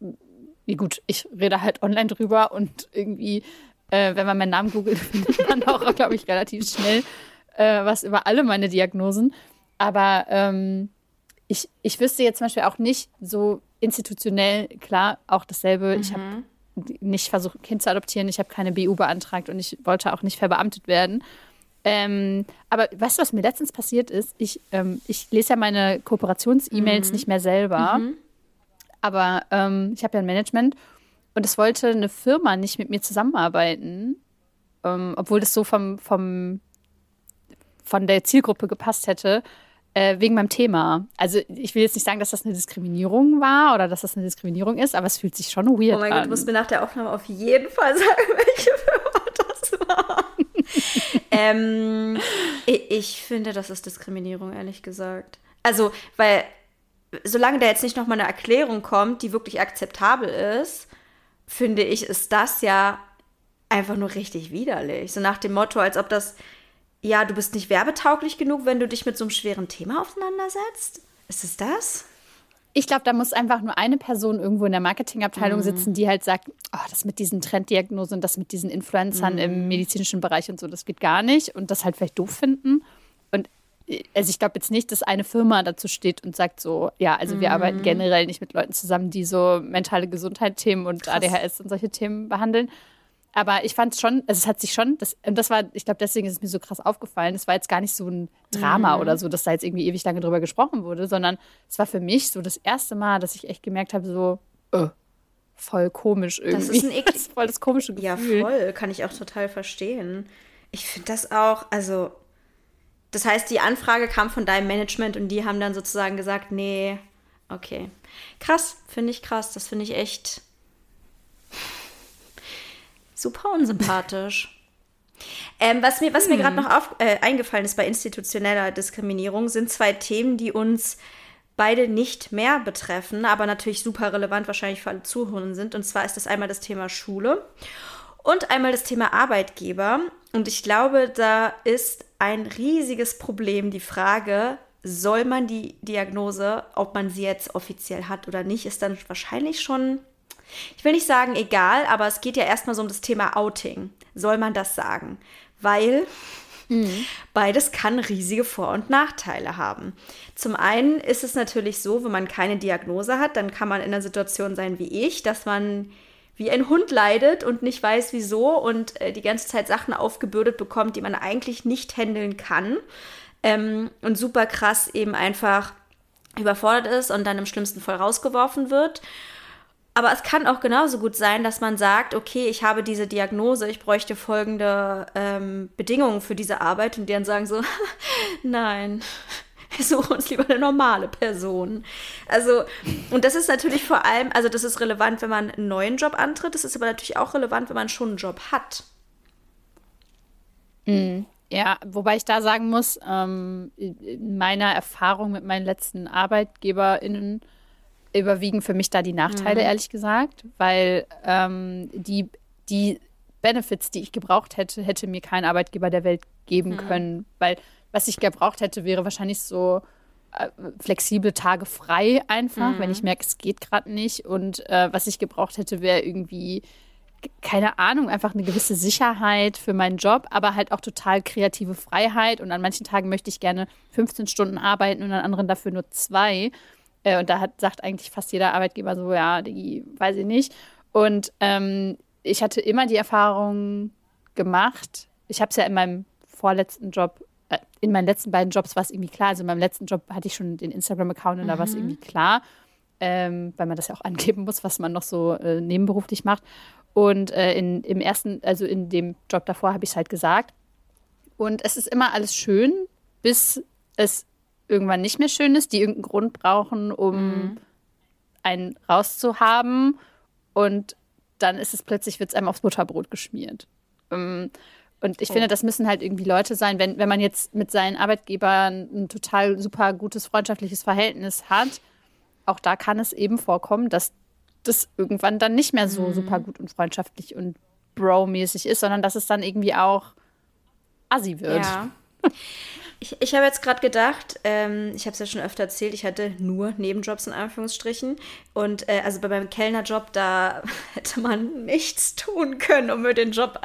rede halt online drüber und irgendwie, wenn man meinen Namen googelt, findet man auch, glaube ich, relativ schnell was über alle meine Diagnosen. Aber ich wüsste jetzt zum Beispiel auch nicht so institutionell, klar, auch dasselbe. Ich habe nicht versucht, ein Kind zu adoptieren. Ich habe keine BU beantragt und ich wollte auch nicht verbeamtet werden. Aber weißt du, was mir letztens passiert ist? Ich lese ja meine Kooperations-E-Mails nicht mehr selber. Aber ich habe ja ein Management und es wollte eine Firma nicht mit mir zusammenarbeiten, obwohl das so von der Zielgruppe gepasst hätte. Wegen meinem Thema. Also ich will jetzt nicht sagen, dass das eine Diskriminierung war oder dass das eine Diskriminierung ist, aber es fühlt sich schon weird an. Oh mein Gott, du musst mir nach der Aufnahme auf jeden Fall sagen, welche Firma das war. Ich finde, das ist Diskriminierung, ehrlich gesagt. Also, weil solange da jetzt nicht nochmal eine Erklärung kommt, die wirklich akzeptabel ist, finde ich, ist das ja einfach nur richtig widerlich. So nach dem Motto, als ob das ja, du bist nicht werbetauglich genug, wenn du dich mit so einem schweren Thema auseinandersetzt? Ist es das? Ich glaube, da muss einfach nur eine Person irgendwo in der Marketingabteilung sitzen, die halt sagt, oh, das mit diesen Trenddiagnosen und das mit diesen Influencern im medizinischen Bereich und so, das geht gar nicht und das halt vielleicht doof finden. Und also ich glaube jetzt nicht, dass eine Firma dazu steht und sagt so, ja, also wir arbeiten generell nicht mit Leuten zusammen, die so mentale Gesundheit-Themen und ADHS und solche Themen behandeln. Aber ich fand es schon, also es hat sich schon, das war, ich glaube, deswegen ist es mir so krass aufgefallen, es war jetzt gar nicht so ein Drama oder so, dass da jetzt irgendwie ewig lange drüber gesprochen wurde, sondern es war für mich so das erste Mal, dass ich echt gemerkt habe, so, voll komisch irgendwie. Das ist voll das komische Gefühl. Ja, voll, kann ich auch total verstehen. Ich finde das auch, also, das heißt, die Anfrage kam von deinem Management und die haben dann sozusagen gesagt, nee, okay. Krass, finde ich krass, das finde ich echt super unsympathisch. Was mir gerade noch eingefallen ist bei institutioneller Diskriminierung, sind 2 Themen, die uns beide nicht mehr betreffen, aber natürlich super relevant wahrscheinlich für alle Zuhörenden sind. Und zwar ist das einmal das Thema Schule und einmal das Thema Arbeitgeber. Und ich glaube, da ist ein riesiges Problem die Frage, soll man die Diagnose, ob man sie jetzt offiziell hat oder nicht, ist dann wahrscheinlich schon, ich will nicht sagen egal, aber es geht ja erstmal so um das Thema Outing. Soll man das sagen? Weil beides kann riesige Vor- und Nachteile haben. Zum einen ist es natürlich so, wenn man keine Diagnose hat, dann kann man in einer Situation sein wie ich, dass man wie ein Hund leidet und nicht weiß wieso und die ganze Zeit Sachen aufgebürdet bekommt, die man eigentlich nicht handeln kann. Und super krass eben einfach überfordert ist und dann im schlimmsten Fall rausgeworfen wird. Aber es kann auch genauso gut sein, dass man sagt, okay, ich habe diese Diagnose, ich bräuchte folgende Bedingungen für diese Arbeit und die dann sagen so, nein, wir suchen uns lieber eine normale Person. Also, und das ist natürlich vor allem, also das ist relevant, wenn man einen neuen Job antritt, das ist aber natürlich auch relevant, wenn man schon einen Job hat. Ja, wobei ich da sagen muss, in meiner Erfahrung mit meinen letzten ArbeitgeberInnen überwiegen für mich da die Nachteile, ehrlich gesagt, weil die Benefits, die ich gebraucht hätte, hätte mir kein Arbeitgeber der Welt geben können, weil was ich gebraucht hätte, wäre wahrscheinlich so flexible Tage frei einfach, wenn ich merke, es geht gerade nicht und was ich gebraucht hätte, wäre irgendwie, keine Ahnung, einfach eine gewisse Sicherheit für meinen Job, aber halt auch total kreative Freiheit und an manchen Tagen möchte ich gerne 15 Stunden arbeiten und an anderen dafür nur 2. Und da sagt eigentlich fast jeder Arbeitgeber so, ja, die weiß ich nicht. Und ich hatte immer die Erfahrung gemacht, ich habe es ja in meinem vorletzten Job, in meinen letzten beiden Jobs war es irgendwie klar, also in meinem letzten Job hatte ich schon den Instagram-Account und da war es irgendwie klar, weil man das ja auch angeben muss, was man noch so nebenberuflich macht. Und im ersten, also in dem Job davor habe ich es halt gesagt. Und es ist immer alles schön, bis es irgendwann nicht mehr schön ist, die irgendeinen Grund brauchen, um einen rauszuhaben. Und dann ist es plötzlich, wird es einem aufs Butterbrot geschmiert. Und ich finde, das müssen halt irgendwie Leute sein, wenn man jetzt mit seinen Arbeitgebern ein total super gutes freundschaftliches Verhältnis hat, auch da kann es eben vorkommen, dass das irgendwann dann nicht mehr so super gut und freundschaftlich und bro-mäßig ist, sondern dass es dann irgendwie auch assi wird. Ja. Ich habe jetzt gerade gedacht, ich habe es ja schon öfter erzählt, ich hatte nur Nebenjobs in Anführungsstrichen und also bei meinem Kellnerjob, da hätte man nichts tun können, um mir den Job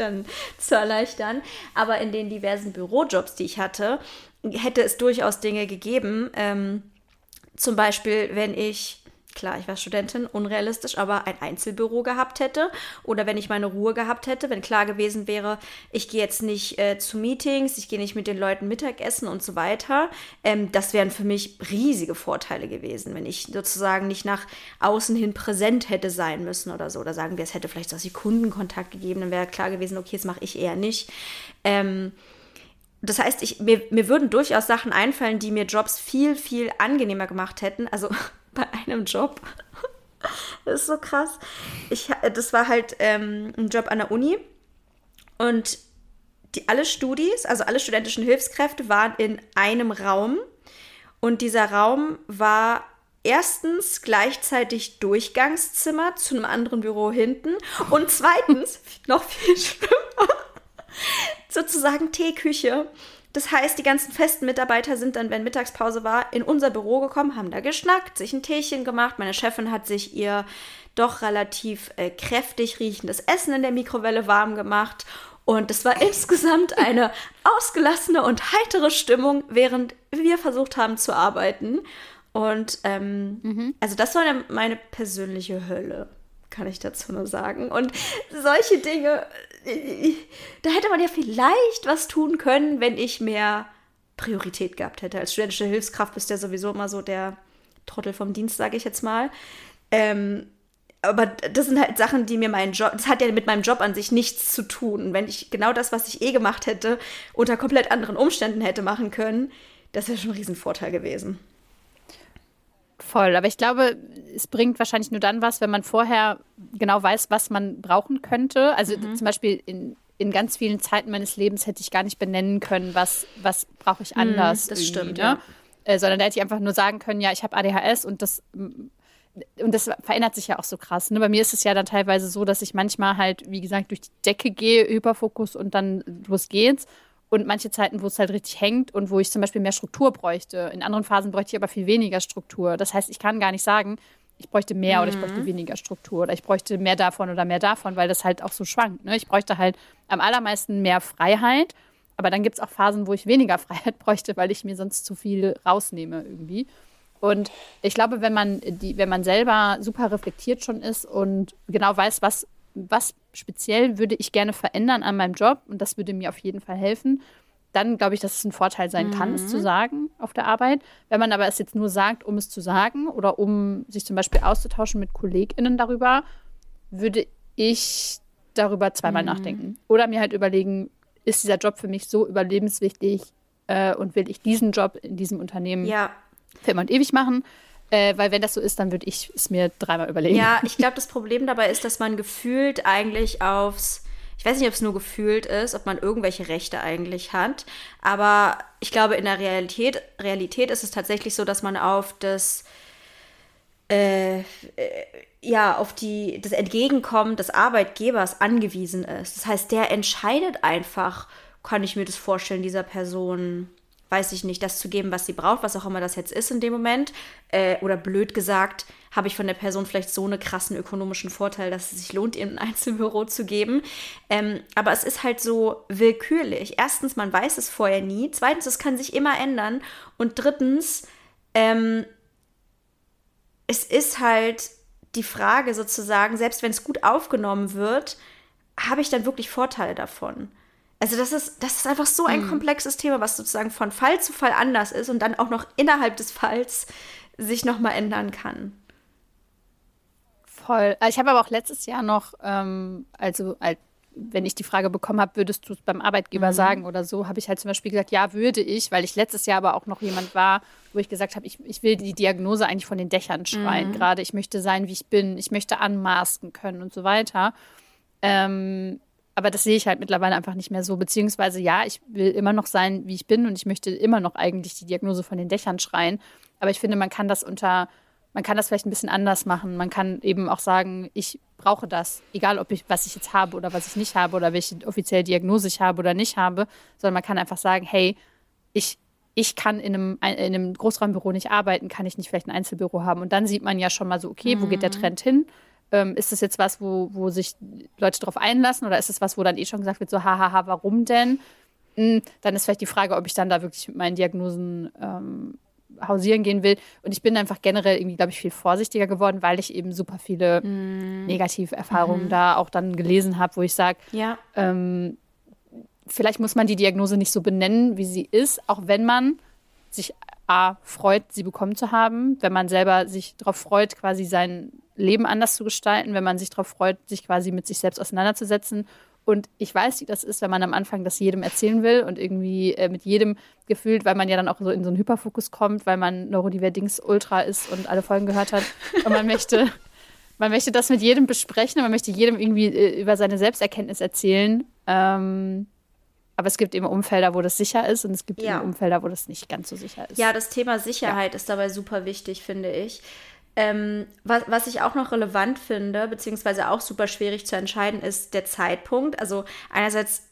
zu erleichtern, aber in den diversen Bürojobs, die ich hatte, hätte es durchaus Dinge gegeben, zum Beispiel, wenn ich, klar, ich war Studentin, unrealistisch, aber ein Einzelbüro gehabt hätte oder wenn ich meine Ruhe gehabt hätte, wenn klar gewesen wäre, ich gehe jetzt nicht zu Meetings, ich gehe nicht mit den Leuten Mittagessen und so weiter, das wären für mich riesige Vorteile gewesen, wenn ich sozusagen nicht nach außen hin präsent hätte sein müssen oder so, oder sagen wir, es hätte vielleicht so Kundenkontakt gegeben, dann wäre klar gewesen, okay, das mache ich eher nicht. Das heißt, mir würden durchaus Sachen einfallen, die mir Jobs viel, viel angenehmer gemacht hätten. Also bei einem Job, das ist so krass. Das war halt ein Job an der Uni und alle Studis, also alle studentischen Hilfskräfte waren in einem Raum und dieser Raum war erstens gleichzeitig Durchgangszimmer zu einem anderen Büro hinten und zweitens, noch viel schlimmer, sozusagen Teeküche. Das heißt, die ganzen festen Mitarbeiter sind dann, wenn Mittagspause war, in unser Büro gekommen, haben da geschnackt, sich ein Teechen gemacht. Meine Chefin hat sich ihr doch relativ kräftig riechendes Essen in der Mikrowelle warm gemacht. Und es war insgesamt eine ausgelassene und heitere Stimmung, während wir versucht haben zu arbeiten. Und also das war meine persönliche Hölle, kann ich dazu nur sagen. Und solche Dinge, da hätte man ja vielleicht was tun können, wenn ich mehr Priorität gehabt hätte. Als studentische Hilfskraft bist du ja sowieso immer so der Trottel vom Dienst, sage ich jetzt mal. Aber das sind halt Sachen, die mir das hat ja mit meinem Job an sich nichts zu tun. Und wenn ich genau das, was ich gemacht hätte, unter komplett anderen Umständen hätte machen können, das wäre schon ein Riesenvorteil gewesen. Voll, aber ich glaube, es bringt wahrscheinlich nur dann was, wenn man vorher genau weiß, was man brauchen könnte. Also zum Beispiel in ganz vielen Zeiten meines Lebens hätte ich gar nicht benennen können, was brauche ich anders. Das stimmt, ne? Sondern da hätte ich einfach nur sagen können, ja, ich habe ADHS und das verändert sich ja auch so krass. Ne? Bei mir ist es ja dann teilweise so, dass ich manchmal halt, wie gesagt, durch die Decke gehe, Hyperfokus und dann los geht's. Und manche Zeiten, wo es halt richtig hängt und wo ich zum Beispiel mehr Struktur bräuchte. In anderen Phasen bräuchte ich aber viel weniger Struktur. Das heißt, ich kann gar nicht sagen, ich bräuchte mehr oder ich bräuchte weniger Struktur oder ich bräuchte mehr davon oder mehr davon, weil das halt auch so schwankt. Ne? Ich bräuchte halt am allermeisten mehr Freiheit, aber dann gibt es auch Phasen, wo ich weniger Freiheit bräuchte, weil ich mir sonst zu viel rausnehme irgendwie. Und ich glaube, wenn man selber super reflektiert schon ist und genau weiß, was speziell würde ich gerne verändern an meinem Job und das würde mir auf jeden Fall helfen, dann glaube ich, dass es ein Vorteil sein kann, es zu sagen auf der Arbeit. Wenn man aber es jetzt nur sagt, um es zu sagen oder um sich zum Beispiel auszutauschen mit KollegInnen darüber, würde ich darüber zweimal nachdenken. Oder mir halt überlegen, ist dieser Job für mich so überlebenswichtig und will ich diesen Job in diesem Unternehmen für immer und ewig machen? Weil wenn das so ist, dann würde ich es mir dreimal überlegen. Ja, ich glaube, das Problem dabei ist, dass man gefühlt eigentlich ich weiß nicht, ob es nur gefühlt ist, ob man irgendwelche Rechte eigentlich hat, aber ich glaube, in der Realität ist es tatsächlich so, dass man auf das Entgegenkommen des Arbeitgebers angewiesen ist. Das heißt, der entscheidet einfach, kann ich mir das vorstellen, dieser Person, weiß ich nicht, das zu geben, was sie braucht, was auch immer das jetzt ist in dem Moment. Oder blöd gesagt, habe ich von der Person vielleicht so einen krassen ökonomischen Vorteil, dass es sich lohnt, ihr ein Einzelbüro zu geben. Aber es ist halt so willkürlich. Erstens, man weiß es vorher nie. Zweitens, es kann sich immer ändern. Und drittens, es ist halt die Frage sozusagen, selbst wenn es gut aufgenommen wird, habe ich dann wirklich Vorteile davon? Also das ist einfach so ein komplexes Thema, was sozusagen von Fall zu Fall anders ist und dann auch noch innerhalb des Falls sich nochmal ändern kann. Voll. Ich habe aber auch letztes Jahr noch, wenn ich die Frage bekommen habe, würdest du es beim Arbeitgeber sagen oder so, habe ich halt zum Beispiel gesagt, ja, würde ich, weil ich letztes Jahr aber auch noch jemand war, wo ich gesagt habe, ich will die Diagnose eigentlich von den Dächern schreien. Gerade ich möchte sein, wie ich bin, ich möchte anmasken können und so weiter. Aber das sehe ich halt mittlerweile einfach nicht mehr so. Beziehungsweise, ja, ich will immer noch sein, wie ich bin und ich möchte immer noch eigentlich die Diagnose von den Dächern schreien. Aber ich finde, man kann das vielleicht ein bisschen anders machen. Man kann eben auch sagen, ich brauche das, egal was ich jetzt habe oder was ich nicht habe oder welche offizielle Diagnose ich habe oder nicht habe, sondern man kann einfach sagen, hey, ich kann in einem Großraumbüro nicht arbeiten, kann ich nicht vielleicht ein Einzelbüro haben. Und dann sieht man ja schon mal so, okay, wo geht der Trend hin? Ist das jetzt was, wo sich Leute drauf einlassen oder ist es was, wo dann schon gesagt wird, so hahaha, warum denn? Dann ist vielleicht die Frage, ob ich dann da wirklich mit meinen Diagnosen hausieren gehen will. Und ich bin einfach generell irgendwie, glaube ich, viel vorsichtiger geworden, weil ich eben super viele Negativerfahrungen da auch dann gelesen habe, wo ich sage, vielleicht muss man die Diagnose nicht so benennen, wie sie ist, auch wenn man sich freut, sie bekommen zu haben, wenn man selber sich darauf freut, quasi sein Leben anders zu gestalten, wenn man sich darauf freut, sich quasi mit sich selbst auseinanderzusetzen. Und ich weiß, wie das ist, wenn man am Anfang das jedem erzählen will und irgendwie mit jedem gefühlt, weil man ja dann auch so in so einen Hyperfokus kommt, weil man Neurodivergence Ultra ist und alle Folgen gehört hat. Und man möchte das mit jedem besprechen und man möchte jedem irgendwie über seine Selbsterkenntnis erzählen. Aber es gibt eben Umfelder, wo das sicher ist und es gibt eben Umfelder, wo das nicht ganz so sicher ist. Ja, das Thema Sicherheit ist dabei super wichtig, finde ich. Was ich auch noch relevant finde, beziehungsweise auch super schwierig zu entscheiden, ist der Zeitpunkt. Also einerseits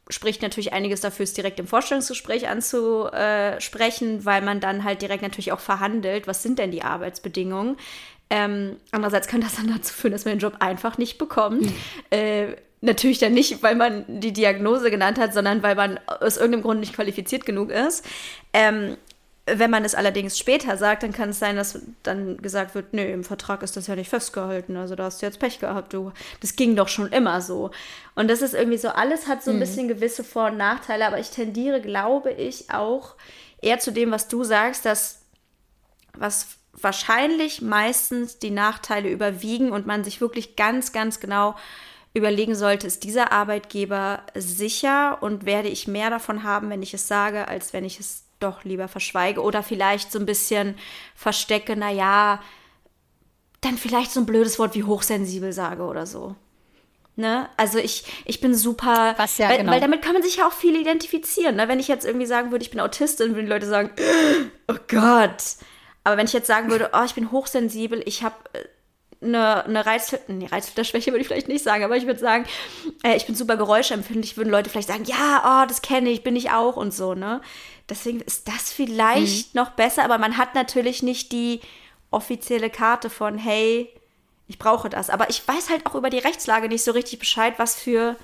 spricht natürlich einiges dafür, es direkt im Vorstellungsgespräch anzusprechen, weil man dann halt direkt natürlich auch verhandelt, was sind denn die Arbeitsbedingungen. Andererseits kann das dann dazu führen, dass man den Job einfach nicht bekommt. Natürlich dann nicht, weil man die Diagnose genannt hat, sondern weil man aus irgendeinem Grund nicht qualifiziert genug ist. Wenn man es allerdings später sagt, dann kann es sein, dass dann gesagt wird, nee, im Vertrag ist das ja nicht festgehalten, also da hast du jetzt Pech gehabt, das ging doch schon immer so. Und das ist irgendwie so, alles hat so ein bisschen gewisse Vor- und Nachteile, aber ich tendiere, glaube ich, auch eher zu dem, was du sagst, dass was wahrscheinlich meistens die Nachteile überwiegen und man sich wirklich ganz, ganz genau überlegen sollte, ist dieser Arbeitgeber sicher und werde ich mehr davon haben, wenn ich es sage, als wenn ich es doch lieber verschweige oder vielleicht so ein bisschen verstecke, naja, dann vielleicht so ein blödes Wort wie hochsensibel sage oder so. Ne? Also ich bin super, weil damit kann man sich ja auch viel identifizieren. Ne? Wenn ich jetzt irgendwie sagen würde, ich bin Autistin, würden die Leute sagen, oh Gott. Aber wenn ich jetzt sagen würde, oh, ich bin hochsensibel, ich habe eine Reizfilterschwäche würde ich vielleicht nicht sagen, aber ich würde sagen, ich bin super geräuschempfindlich, würden Leute vielleicht sagen, ja, oh, das kenne ich, bin ich auch und so, ne? Deswegen ist das vielleicht noch besser, aber man hat natürlich nicht die offizielle Karte von, hey, ich brauche das. Aber ich weiß halt auch über die Rechtslage nicht so richtig Bescheid, was für,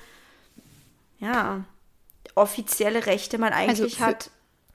ja, offizielle Rechte man eigentlich hat.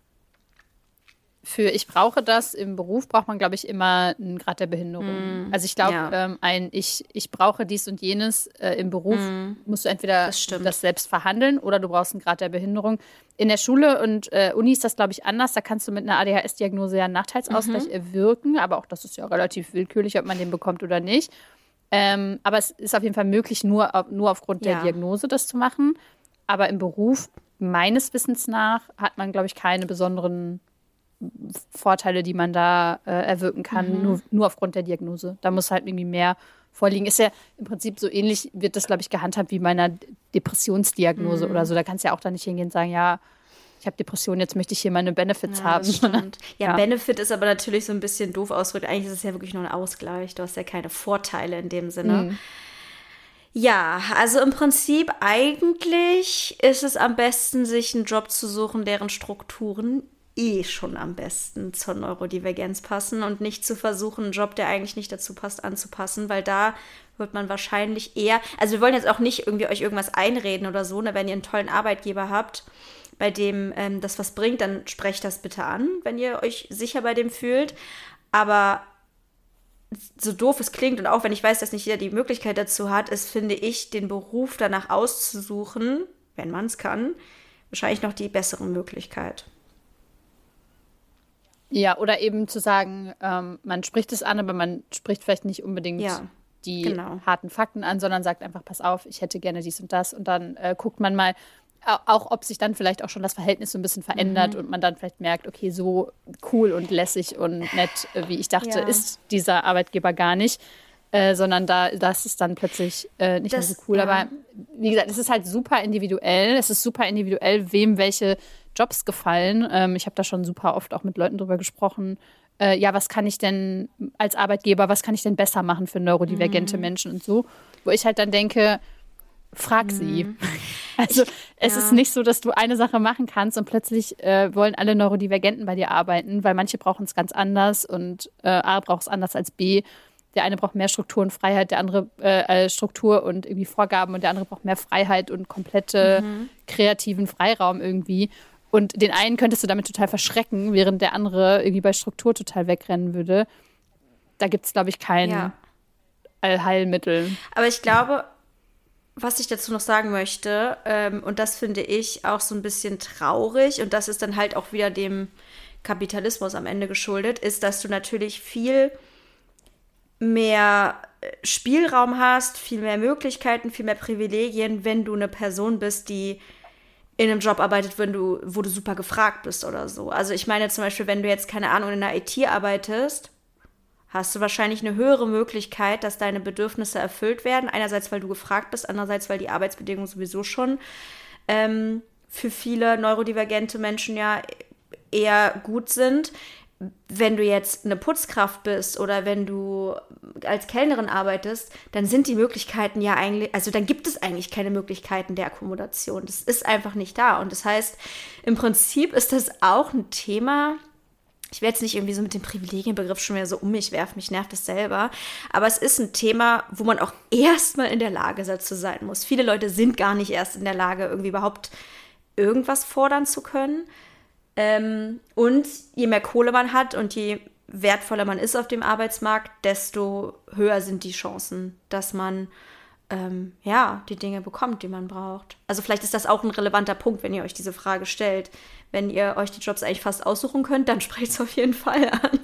Für ich brauche das im Beruf braucht man, glaube ich, immer einen Grad der Behinderung. Also ich glaube, ich brauche dies und jenes im Beruf, musst du entweder das selbst verhandeln oder du brauchst einen Grad der Behinderung. In der Schule und Uni ist das, glaube ich, anders. Da kannst du mit einer ADHS-Diagnose ja einen Nachteilsausgleich erwirken, aber auch das ist ja relativ willkürlich, ob man den bekommt oder nicht. Aber es ist auf jeden Fall möglich, nur aufgrund der Diagnose das zu machen. Aber im Beruf, meines Wissens nach, hat man, glaube ich, keine besonderen Vorteile, die man da erwirken kann, nur aufgrund der Diagnose. Da muss halt irgendwie mehr vorliegen. Ist ja im Prinzip so ähnlich, wird das, glaube ich, gehandhabt wie bei einer Depressionsdiagnose oder so. Da kannst du ja auch da nicht hingehen und sagen, ja, ich habe Depressionen, jetzt möchte ich hier meine Benefits haben. Das stimmt. Ja, Benefit ist aber natürlich so ein bisschen doof ausgedrückt. Eigentlich ist es ja wirklich nur ein Ausgleich. Du hast ja keine Vorteile in dem Sinne. Ja, also im Prinzip eigentlich ist es am besten, sich einen Job zu suchen, deren Strukturen schon am besten zur Neurodivergenz passen und nicht zu versuchen, einen Job, der eigentlich nicht dazu passt, anzupassen, weil da wird man wahrscheinlich eher, also wir wollen jetzt auch nicht irgendwie euch irgendwas einreden oder so, ne? Wenn ihr einen tollen Arbeitgeber habt, bei dem das was bringt, dann sprecht das bitte an, wenn ihr euch sicher bei dem fühlt, aber so doof es klingt und auch wenn ich weiß, dass nicht jeder die Möglichkeit dazu hat, ist, finde ich, den Beruf danach auszusuchen, wenn man es kann, wahrscheinlich noch die bessere Möglichkeit. Ja, oder eben zu sagen, man spricht es an, aber man spricht vielleicht nicht unbedingt die harten Fakten an, sondern sagt einfach, pass auf, ich hätte gerne dies und das. Und dann guckt man mal, auch ob sich dann vielleicht auch schon das Verhältnis so ein bisschen verändert und man dann vielleicht merkt, okay, so cool und lässig und nett, wie ich dachte, ist dieser Arbeitgeber gar nicht. Sondern das ist dann plötzlich nicht mehr so cool. Aber wie gesagt, es ist halt super individuell. Es ist super individuell, wem welche Jobs gefallen. Ich habe da schon super oft auch mit Leuten drüber gesprochen. Was kann ich denn als Arbeitgeber, was kann ich denn besser machen für neurodivergente Menschen und so? Wo ich halt dann denke, frag sie. Also es ist nicht so, dass du eine Sache machen kannst und plötzlich wollen alle Neurodivergenten bei dir arbeiten, weil manche brauchen es ganz anders und A braucht es anders als B. Der eine braucht mehr Struktur und Freiheit, der andere Struktur und irgendwie Vorgaben und der andere braucht mehr Freiheit und komplette kreativen Freiraum irgendwie. Und den einen könntest du damit total verschrecken, während der andere irgendwie bei Struktur total wegrennen würde. Da gibt es, glaube ich, kein Allheilmittel. Aber ich glaube, was ich dazu noch sagen möchte, und das finde ich auch so ein bisschen traurig, und das ist dann halt auch wieder dem Kapitalismus am Ende geschuldet, ist, dass du natürlich viel mehr Spielraum hast, viel mehr Möglichkeiten, viel mehr Privilegien, wenn du eine Person bist, die in einem Job arbeitet, wo du super gefragt bist oder so. Also ich meine zum Beispiel, wenn du jetzt, keine Ahnung, in der IT arbeitest, hast du wahrscheinlich eine höhere Möglichkeit, dass deine Bedürfnisse erfüllt werden. Einerseits, weil du gefragt bist, andererseits, weil die Arbeitsbedingungen sowieso schon für viele neurodivergente Menschen ja eher gut sind. wenn du jetzt eine Putzkraft bist oder wenn du als Kellnerin arbeitest, dann sind die Möglichkeiten ja eigentlich, also dann gibt es eigentlich keine Möglichkeiten der Akkommodation. Das ist einfach nicht da. Und das heißt, im Prinzip ist das auch ein Thema. Ich werde jetzt nicht irgendwie so mit dem Privilegienbegriff schon wieder so um mich werfen, mich nervt das selber. Aber es ist ein Thema, wo man auch erstmal in der Lage dazu sein muss. Viele Leute sind gar nicht erst in der Lage, irgendwie überhaupt irgendwas fordern zu können. Und je mehr Kohle man hat und je wertvoller man ist auf dem Arbeitsmarkt, desto höher sind die Chancen, dass man die Dinge bekommt, die man braucht. Also vielleicht ist das auch ein relevanter Punkt, wenn ihr euch diese Frage stellt. Wenn ihr euch die Jobs eigentlich fast aussuchen könnt, dann sprecht es auf jeden Fall an.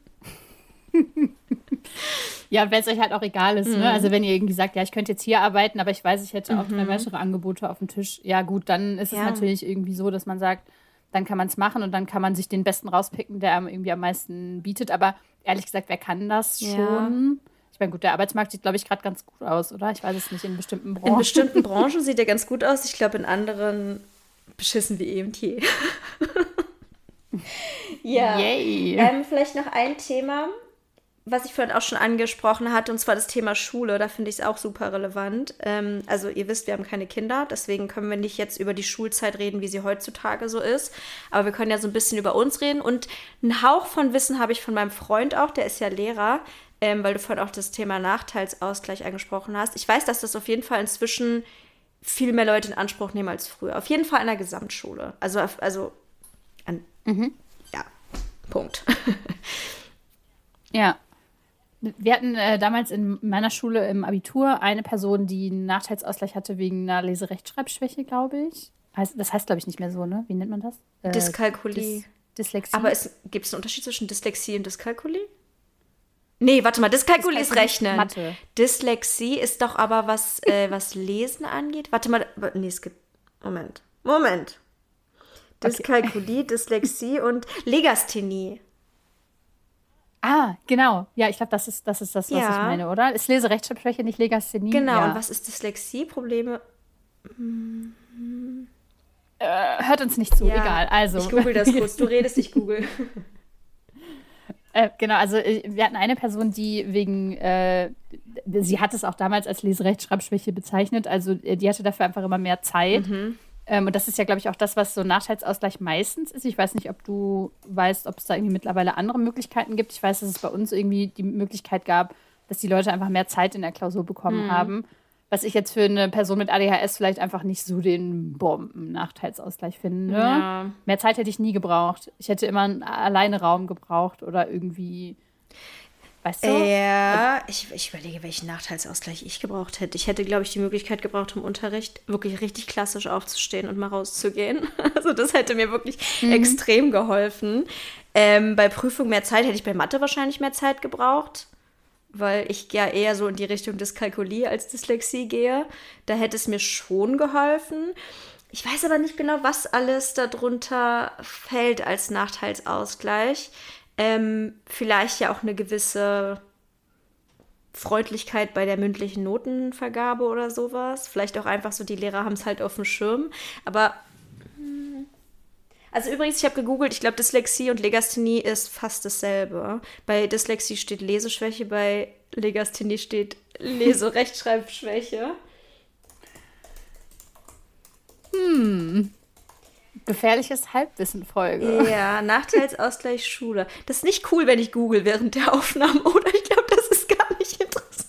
Ja, und wenn es euch halt auch egal ist, ne? Also wenn ihr irgendwie sagt, ja, ich könnte jetzt hier arbeiten, aber ich weiß, ich hätte auch 3 weitere Angebote auf dem Tisch. Ja gut, dann ist es natürlich irgendwie so, dass man sagt, dann kann man es machen und dann kann man sich den Besten rauspicken, der einem irgendwie am meisten bietet. Aber ehrlich gesagt, wer kann das schon? Ich meine, gut, der Arbeitsmarkt sieht, glaube ich, gerade ganz gut aus, oder? Ich weiß es nicht, in bestimmten Branchen. In bestimmten Branchen sieht er ganz gut aus. Ich glaube, in anderen beschissen wie eh und je. Ja. Yay. Vielleicht noch ein Thema, was ich vorhin auch schon angesprochen hatte, und zwar das Thema Schule. Da finde ich es auch super relevant. Also ihr wisst, wir haben keine Kinder, deswegen können wir nicht jetzt über die Schulzeit reden, wie sie heutzutage so ist. Aber wir können ja so ein bisschen über uns reden. Und einen Hauch von Wissen habe ich von meinem Freund auch, der ist ja Lehrer, weil du vorhin auch das Thema Nachteilsausgleich angesprochen hast. Ich weiß, dass das auf jeden Fall inzwischen viel mehr Leute in Anspruch nehmen als früher. Auf jeden Fall an der Gesamtschule. Ja, Punkt. Ja. Wir hatten damals in meiner Schule im Abitur eine Person, die einen Nachteilsausgleich hatte wegen einer Leserechtschreibschwäche, glaube ich. Das heißt, glaube ich, nicht mehr so, ne? Wie nennt man das? Dyskalkulie. Dyslexie. Aber gibt es einen Unterschied zwischen Dyslexie und Dyskalkulie? Nee, warte mal, Dyskalkulie ist Rechnen. Mathe. Dyslexie ist doch aber was Lesen angeht. Warte mal, nee, es gibt, Moment. Dyskalkulie, okay. Dyslexie und Legasthenie. Ah, genau. Ja, ich glaube, das ist das, was ich meine, oder? Ist Leserechtschreibschwäche nicht Legasthenie? Genau, ja. Und was ist Dyslexie? Probleme? Hört uns nicht zu, egal. Also. Ich google das kurz, du redest, ich google. Genau, also wir hatten eine Person, die sie hat es auch damals als Leserechtschreibschwäche bezeichnet, also die hatte dafür einfach immer mehr Zeit. Und das ist ja, glaube ich, auch das, was so ein Nachteilsausgleich meistens ist. Ich weiß nicht, ob du weißt, ob es da irgendwie mittlerweile andere Möglichkeiten gibt. Ich weiß, dass es bei uns irgendwie die Möglichkeit gab, dass die Leute einfach mehr Zeit in der Klausur bekommen haben. Was ich jetzt für eine Person mit ADHS vielleicht einfach nicht so den Bomben-Nachteilsausgleich finde. Ja. Mehr Zeit hätte ich nie gebraucht. Ich hätte immer einen Alleine-Raum gebraucht oder irgendwie, weißt du? Ja, ich überlege, welchen Nachteilsausgleich ich gebraucht hätte. Ich hätte, glaube ich, die Möglichkeit gebraucht, im Unterricht wirklich richtig klassisch aufzustehen und mal rauszugehen. Also das hätte mir wirklich extrem geholfen. Bei Prüfung mehr Zeit hätte ich bei Mathe wahrscheinlich mehr Zeit gebraucht, weil ich ja eher so in die Richtung Dyskalkulie als Dyslexie gehe. Da hätte es mir schon geholfen. Ich weiß aber nicht genau, was alles darunter fällt als Nachteilsausgleich. Vielleicht ja auch eine gewisse Freundlichkeit bei der mündlichen Notenvergabe oder sowas. Vielleicht auch einfach so, die Lehrer haben es halt auf dem Schirm. Aber also übrigens, ich habe gegoogelt, ich glaube, Dyslexie und Legasthenie ist fast dasselbe. Bei Dyslexie steht Leseschwäche, bei Legasthenie steht Leserechtschreibschwäche. Gefährliches Halbwissen-Folge. Ja, Nachteilsausgleich Schule. Das ist nicht cool, wenn ich google während der Aufnahme, oder? Ich glaube, das ist gar nicht interessant.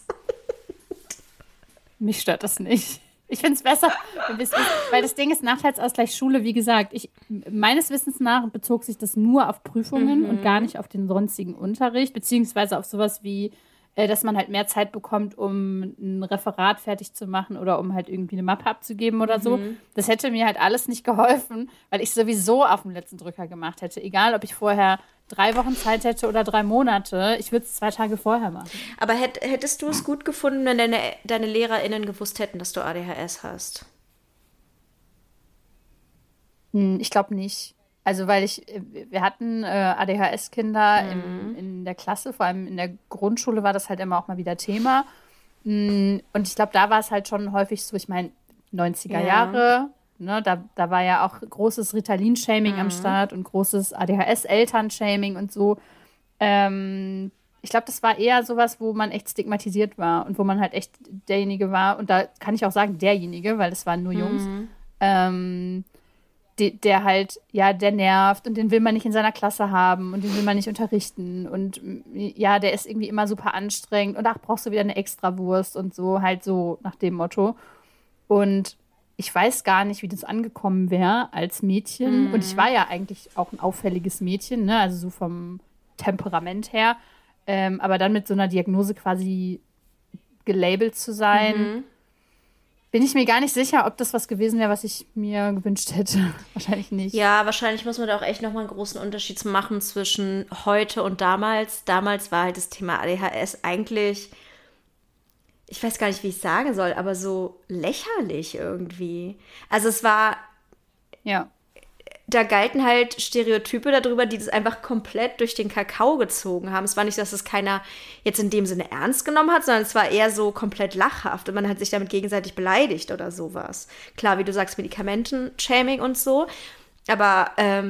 Mich stört das nicht. Ich finde es besser, weil das Ding ist, Nachteilsausgleich Schule, wie gesagt, meines Wissens nach bezog sich das nur auf Prüfungen und gar nicht auf den sonstigen Unterricht, beziehungsweise auf sowas wie, dass man halt mehr Zeit bekommt, um ein Referat fertig zu machen oder um halt irgendwie eine Mappe abzugeben oder so. Das hätte mir halt alles nicht geholfen, weil ich sowieso auf dem letzten Drücker gemacht hätte. Egal, ob ich vorher 3 Wochen Zeit hätte oder 3 Monate, ich würde es 2 Tage vorher machen. Aber hättest du es gut gefunden, wenn deine LehrerInnen gewusst hätten, dass du ADHS hast? Ich glaube nicht. Also, weil wir hatten ADHS-Kinder in der Klasse, vor allem in der Grundschule war das halt immer auch mal wieder Thema. Und ich glaube, da war es halt schon häufig so, ich meine, 90er Jahre, ne? Da war ja auch großes Ritalin-Shaming am Start und großes ADHS-Eltern-Shaming und so. Ich glaube, das war eher sowas, wo man echt stigmatisiert war und wo man halt echt derjenige war. Und da kann ich auch sagen, derjenige, weil es waren nur Jungs, der halt, ja, der nervt und den will man nicht in seiner Klasse haben und den will man nicht unterrichten. Und ja, der ist irgendwie immer super anstrengend und ach, brauchst du wieder eine Extrawurst und so, halt so nach dem Motto. Und ich weiß gar nicht, wie das angekommen wäre als Mädchen. Und ich war ja eigentlich auch ein auffälliges Mädchen, ne? Also so vom Temperament her. Aber dann mit so einer Diagnose quasi gelabelt zu sein, bin ich mir gar nicht sicher, ob das was gewesen wäre, was ich mir gewünscht hätte. Wahrscheinlich nicht. Ja, wahrscheinlich muss man da auch echt nochmal einen großen Unterschied machen zwischen heute und damals. Damals war halt das Thema ADHS eigentlich, ich weiß gar nicht, wie ich es sagen soll, aber so lächerlich irgendwie. Also es war, Ja. da galten halt Stereotype darüber, die das einfach komplett durch den Kakao gezogen haben. Es war nicht, dass es keiner jetzt in dem Sinne ernst genommen hat, sondern es war eher so komplett lachhaft und man hat sich damit gegenseitig beleidigt oder sowas. Klar, wie du sagst, Medikamenten-Shaming und so, aber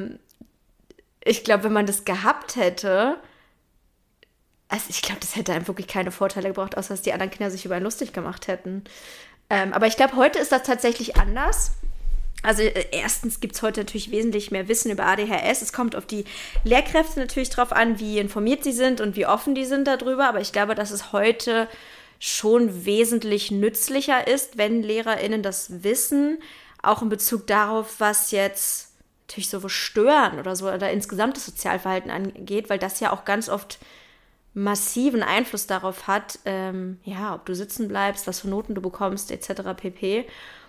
ich glaube, wenn man das gehabt hätte, also ich glaube, das hätte einem wirklich keine Vorteile gebracht, außer dass die anderen Kinder sich über einen lustig gemacht hätten. Aber ich glaube, heute ist das tatsächlich anders. Also erstens gibt es heute natürlich wesentlich mehr Wissen über ADHS. Es kommt auf die Lehrkräfte natürlich drauf an, wie informiert sie sind und wie offen die sind darüber. Aber ich glaube, dass es heute schon wesentlich nützlicher ist, wenn LehrerInnen das wissen, auch in Bezug darauf, was jetzt natürlich so Stören oder so oder insgesamt das Sozialverhalten angeht, weil das ja auch ganz oft massiven Einfluss darauf hat, ja, ob du sitzen bleibst, was für Noten du bekommst, etc. pp.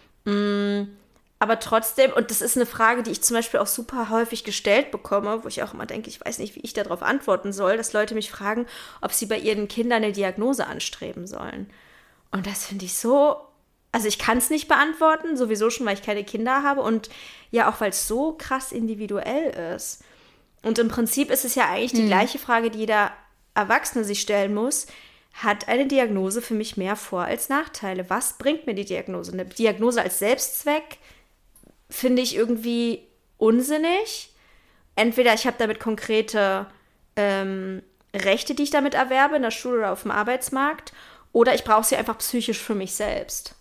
Aber trotzdem, und das ist eine Frage, die ich zum Beispiel auch super häufig gestellt bekomme, wo ich auch immer denke, ich weiß nicht, wie ich darauf antworten soll, dass Leute mich fragen, ob sie bei ihren Kindern eine Diagnose anstreben sollen. Und das finde ich so, also ich kann es nicht beantworten, sowieso schon, weil ich keine Kinder habe und ja auch, weil es so krass individuell ist. Und im Prinzip ist es ja eigentlich die gleiche Frage, die jeder Erwachsene sich stellen muss. Hat eine Diagnose für mich mehr Vor- als Nachteile? Was bringt mir die Diagnose? Eine Diagnose als Selbstzweck finde ich irgendwie unsinnig. Entweder ich habe damit konkrete Rechte, die ich damit erwerbe, in der Schule oder auf dem Arbeitsmarkt, oder ich brauche sie einfach psychisch für mich selbst.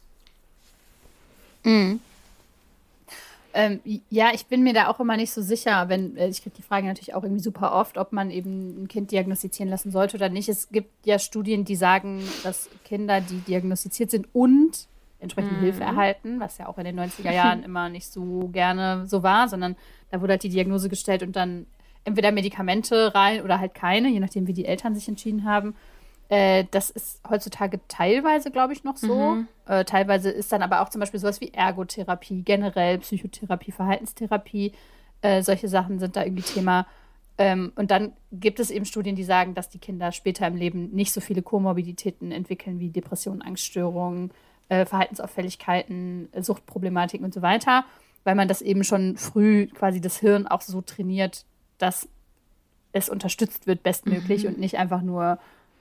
Ja, ich bin mir da auch immer nicht so sicher, wenn ich kriege die Frage natürlich auch irgendwie super oft, ob man eben ein Kind diagnostizieren lassen sollte oder nicht. Es gibt ja Studien, die sagen, dass Kinder, die diagnostiziert sind und entsprechend Hilfe erhalten, was ja auch in den 90er Jahren immer nicht so gerne so war, sondern da wurde halt die Diagnose gestellt und dann entweder Medikamente rein oder halt keine, je nachdem, wie die Eltern sich entschieden haben. Das ist heutzutage teilweise, glaube ich, noch so. Teilweise ist dann aber auch zum Beispiel sowas wie Ergotherapie, generell Psychotherapie, Verhaltenstherapie. Solche Sachen sind da irgendwie Thema. Und dann gibt es eben Studien, die sagen, dass die Kinder später im Leben nicht so viele Komorbiditäten entwickeln wie Depressionen, Angststörungen, Verhaltensauffälligkeiten, Suchtproblematiken und so weiter, weil man das eben schon früh quasi das Hirn auch so trainiert, dass es unterstützt wird bestmöglich und nicht einfach nur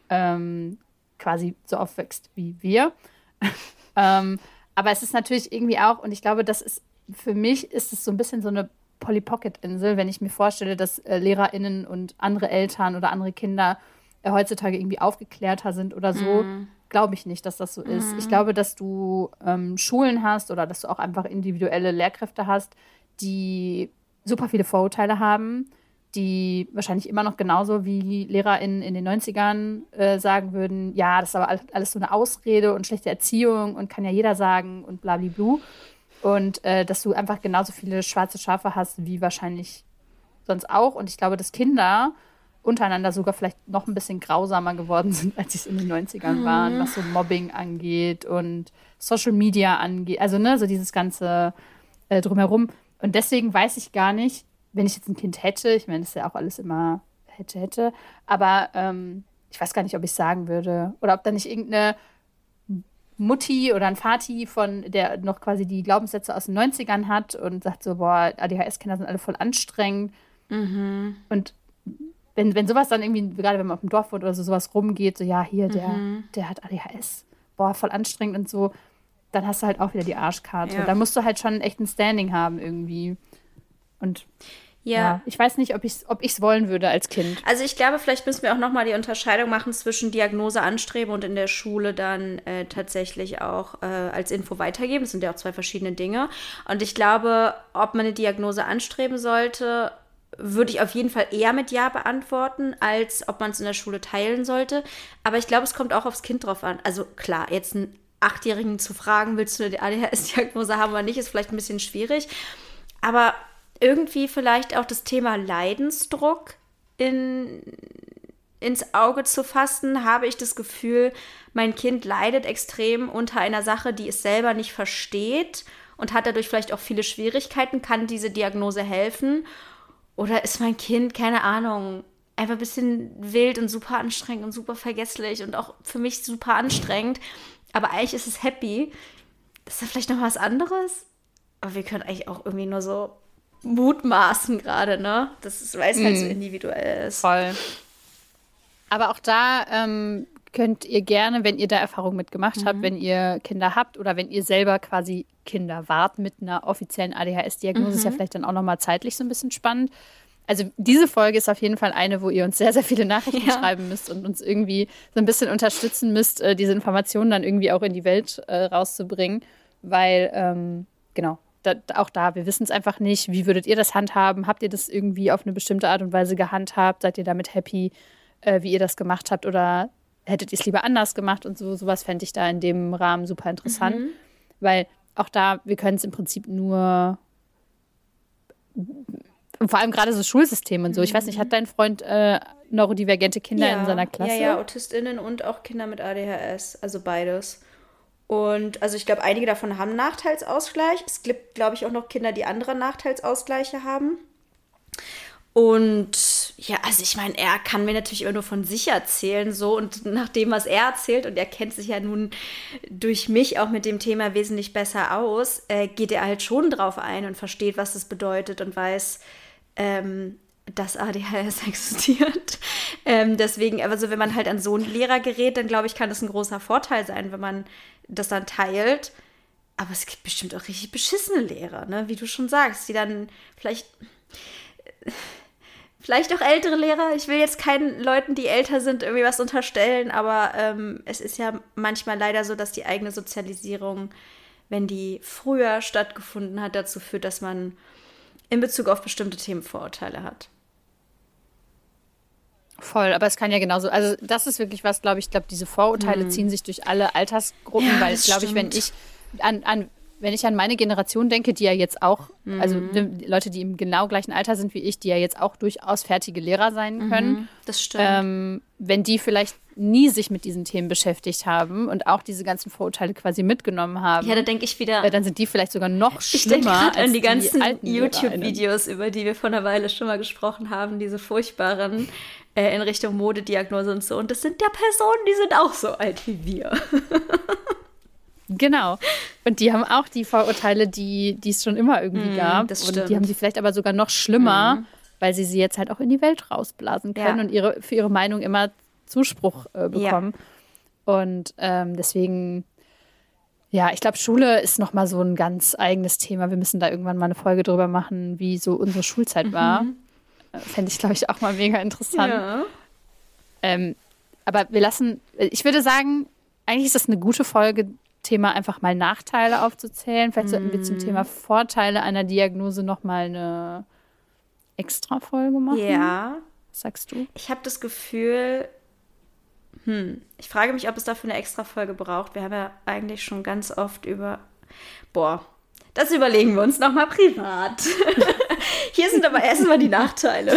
quasi so aufwächst wie wir. Aber es ist natürlich irgendwie auch, und ich glaube, das ist, für mich ist es so ein bisschen so eine Polly-Pocket-Insel, wenn ich mir vorstelle, dass LehrerInnen und andere Eltern oder andere Kinder heutzutage irgendwie aufgeklärter sind oder so, glaube ich nicht, dass das so ist. Ich glaube, dass du Schulen hast oder dass du auch einfach individuelle Lehrkräfte hast, die super viele Vorurteile haben, die wahrscheinlich immer noch genauso wie LehrerInnen in den 90ern sagen würden, ja, das ist aber alles so eine Ausrede und schlechte Erziehung und kann ja jeder sagen und blablablu. Und dass du einfach genauso viele schwarze Schafe hast wie wahrscheinlich sonst auch. Und ich glaube, dass Kinder untereinander sogar vielleicht noch ein bisschen grausamer geworden sind, als sie es in den 90ern waren, was so Mobbing angeht und Social Media angeht. Also, ne, so dieses ganze drumherum. Und deswegen weiß ich gar nicht, wenn ich jetzt ein Kind hätte, ich meine, das ist ja auch alles immer hätte, aber ich weiß gar nicht, ob ich sagen würde. Oder ob da nicht irgendeine Mutti oder ein Vati der noch quasi die Glaubenssätze aus den 90ern hat und sagt so, boah, ADHS-Kinder sind alle voll anstrengend. Und wenn sowas dann irgendwie, gerade wenn man auf dem Dorf wohnt oder so, sowas rumgeht, so, ja, hier, der hat ADHS, boah, voll anstrengend und so, dann hast du halt auch wieder die Arschkarte. Ja. Da musst du halt schon echt ein Standing haben irgendwie. Und ja, ich weiß nicht, ob ich's wollen würde als Kind. Also ich glaube, vielleicht müssen wir auch nochmal die Unterscheidung machen zwischen Diagnose anstreben und in der Schule dann tatsächlich auch als Info weitergeben. Das sind ja auch zwei verschiedene Dinge. Und ich glaube, ob man eine Diagnose anstreben sollte, würde ich auf jeden Fall eher mit Ja beantworten, als ob man es in der Schule teilen sollte. Aber ich glaube, es kommt auch aufs Kind drauf an. Also klar, jetzt einen 8-Jährigen zu fragen, willst du eine ADHS-Diagnose haben oder nicht, ist vielleicht ein bisschen schwierig. Aber irgendwie vielleicht auch das Thema Leidensdruck ins Auge zu fassen, habe ich das Gefühl, mein Kind leidet extrem unter einer Sache, die es selber nicht versteht und hat dadurch vielleicht auch viele Schwierigkeiten. Kann diese Diagnose helfen? Oder ist mein Kind, keine Ahnung, einfach ein bisschen wild und super anstrengend und super vergesslich und auch für mich super anstrengend. Aber eigentlich ist es happy. Das ist ja vielleicht noch was anderes. Aber wir können eigentlich auch irgendwie nur so mutmaßen gerade, ne? Weil es halt so individuell ist. Voll. Aber auch da könnt ihr gerne, wenn ihr da Erfahrung mitgemacht habt, wenn ihr Kinder habt oder wenn ihr selber quasi Kinder wart mit einer offiziellen ADHS-Diagnose, ist ja vielleicht dann auch nochmal zeitlich so ein bisschen spannend. Also diese Folge ist auf jeden Fall eine, wo ihr uns sehr, sehr viele Nachrichten schreiben müsst und uns irgendwie so ein bisschen unterstützen müsst, diese Informationen dann irgendwie auch in die Welt rauszubringen. Weil, genau, auch da, wir wissen es einfach nicht. Wie würdet ihr das handhaben? Habt ihr das irgendwie auf eine bestimmte Art und Weise gehandhabt? Seid ihr damit happy, wie ihr das gemacht habt? Oder hättet ihr es lieber anders gemacht? Und sowas fände ich da in dem Rahmen super interessant. Weil auch da, wir können es im Prinzip nur, und vor allem gerade so Schulsystem und so. Ich weiß nicht, hat dein Freund neurodivergente Kinder in seiner Klasse? Ja, AutistInnen und auch Kinder mit ADHS, also beides. Und also ich glaube, einige davon haben Nachteilsausgleich. Es gibt, glaube ich, auch noch Kinder, die andere Nachteilsausgleiche haben. Und ja, also ich meine, er kann mir natürlich immer nur von sich erzählen, so, und nach dem, was er erzählt, und er kennt sich ja nun durch mich auch mit dem Thema wesentlich besser aus, geht er halt schon drauf ein und versteht, was das bedeutet und weiß, dass ADHS existiert. Deswegen, also wenn man halt an so einen Lehrer gerät, dann glaube ich, kann das ein großer Vorteil sein, wenn man das dann teilt. Aber es gibt bestimmt auch richtig beschissene Lehrer, ne? Wie du schon sagst, die dann vielleicht auch ältere Lehrer. Ich will jetzt keinen Leuten, die älter sind, irgendwie was unterstellen, aber es ist ja manchmal leider so, dass die eigene Sozialisierung, wenn die früher stattgefunden hat, dazu führt, dass man in Bezug auf bestimmte Themen Vorurteile hat. Voll, aber es kann ja genauso, also das ist wirklich was, glaube ich, diese Vorurteile ziehen sich durch alle Altersgruppen, Ja, weil, glaube ich, wenn ich an meine Generation denke, die ja jetzt auch, also die Leute, die im genau gleichen Alter sind wie ich, die ja jetzt auch durchaus fertige Lehrer sein können. Das stimmt. Wenn die vielleicht nie sich mit diesen Themen beschäftigt haben und auch diese ganzen Vorurteile quasi mitgenommen haben. Ja, da denke ich wieder. Dann sind die vielleicht sogar noch schlimmer. Ich denke gerade an die ganzen alten YouTube-Videos, über die wir vor einer Weile schon mal gesprochen haben, diese furchtbaren in Richtung Modediagnose und so. Und das sind ja Personen, die sind auch so alt wie wir. Genau. Und die haben auch die Vorurteile, die es schon immer irgendwie gab. Das und stimmt. die haben sie vielleicht aber sogar noch schlimmer, weil sie jetzt halt auch in die Welt rausblasen können und für ihre Meinung immer Zuspruch bekommen. Ja. Und deswegen, ja, ich glaube, Schule ist nochmal so ein ganz eigenes Thema. Wir müssen da irgendwann mal eine Folge drüber machen, wie so unsere Schulzeit war. Fände ich, glaube ich, auch mal mega interessant. Ja. Aber ich würde sagen, eigentlich ist das eine gute Folge, Thema einfach mal Nachteile aufzuzählen. Vielleicht sollten wir zum Thema Vorteile einer Diagnose nochmal eine Extra-Folge machen. Ja. Was sagst du? Ich habe das Gefühl, ich frage mich, ob es dafür eine Extra-Folge braucht. Wir haben ja eigentlich schon ganz oft das überlegen wir uns nochmal privat. Hier sind aber erstmal die Nachteile.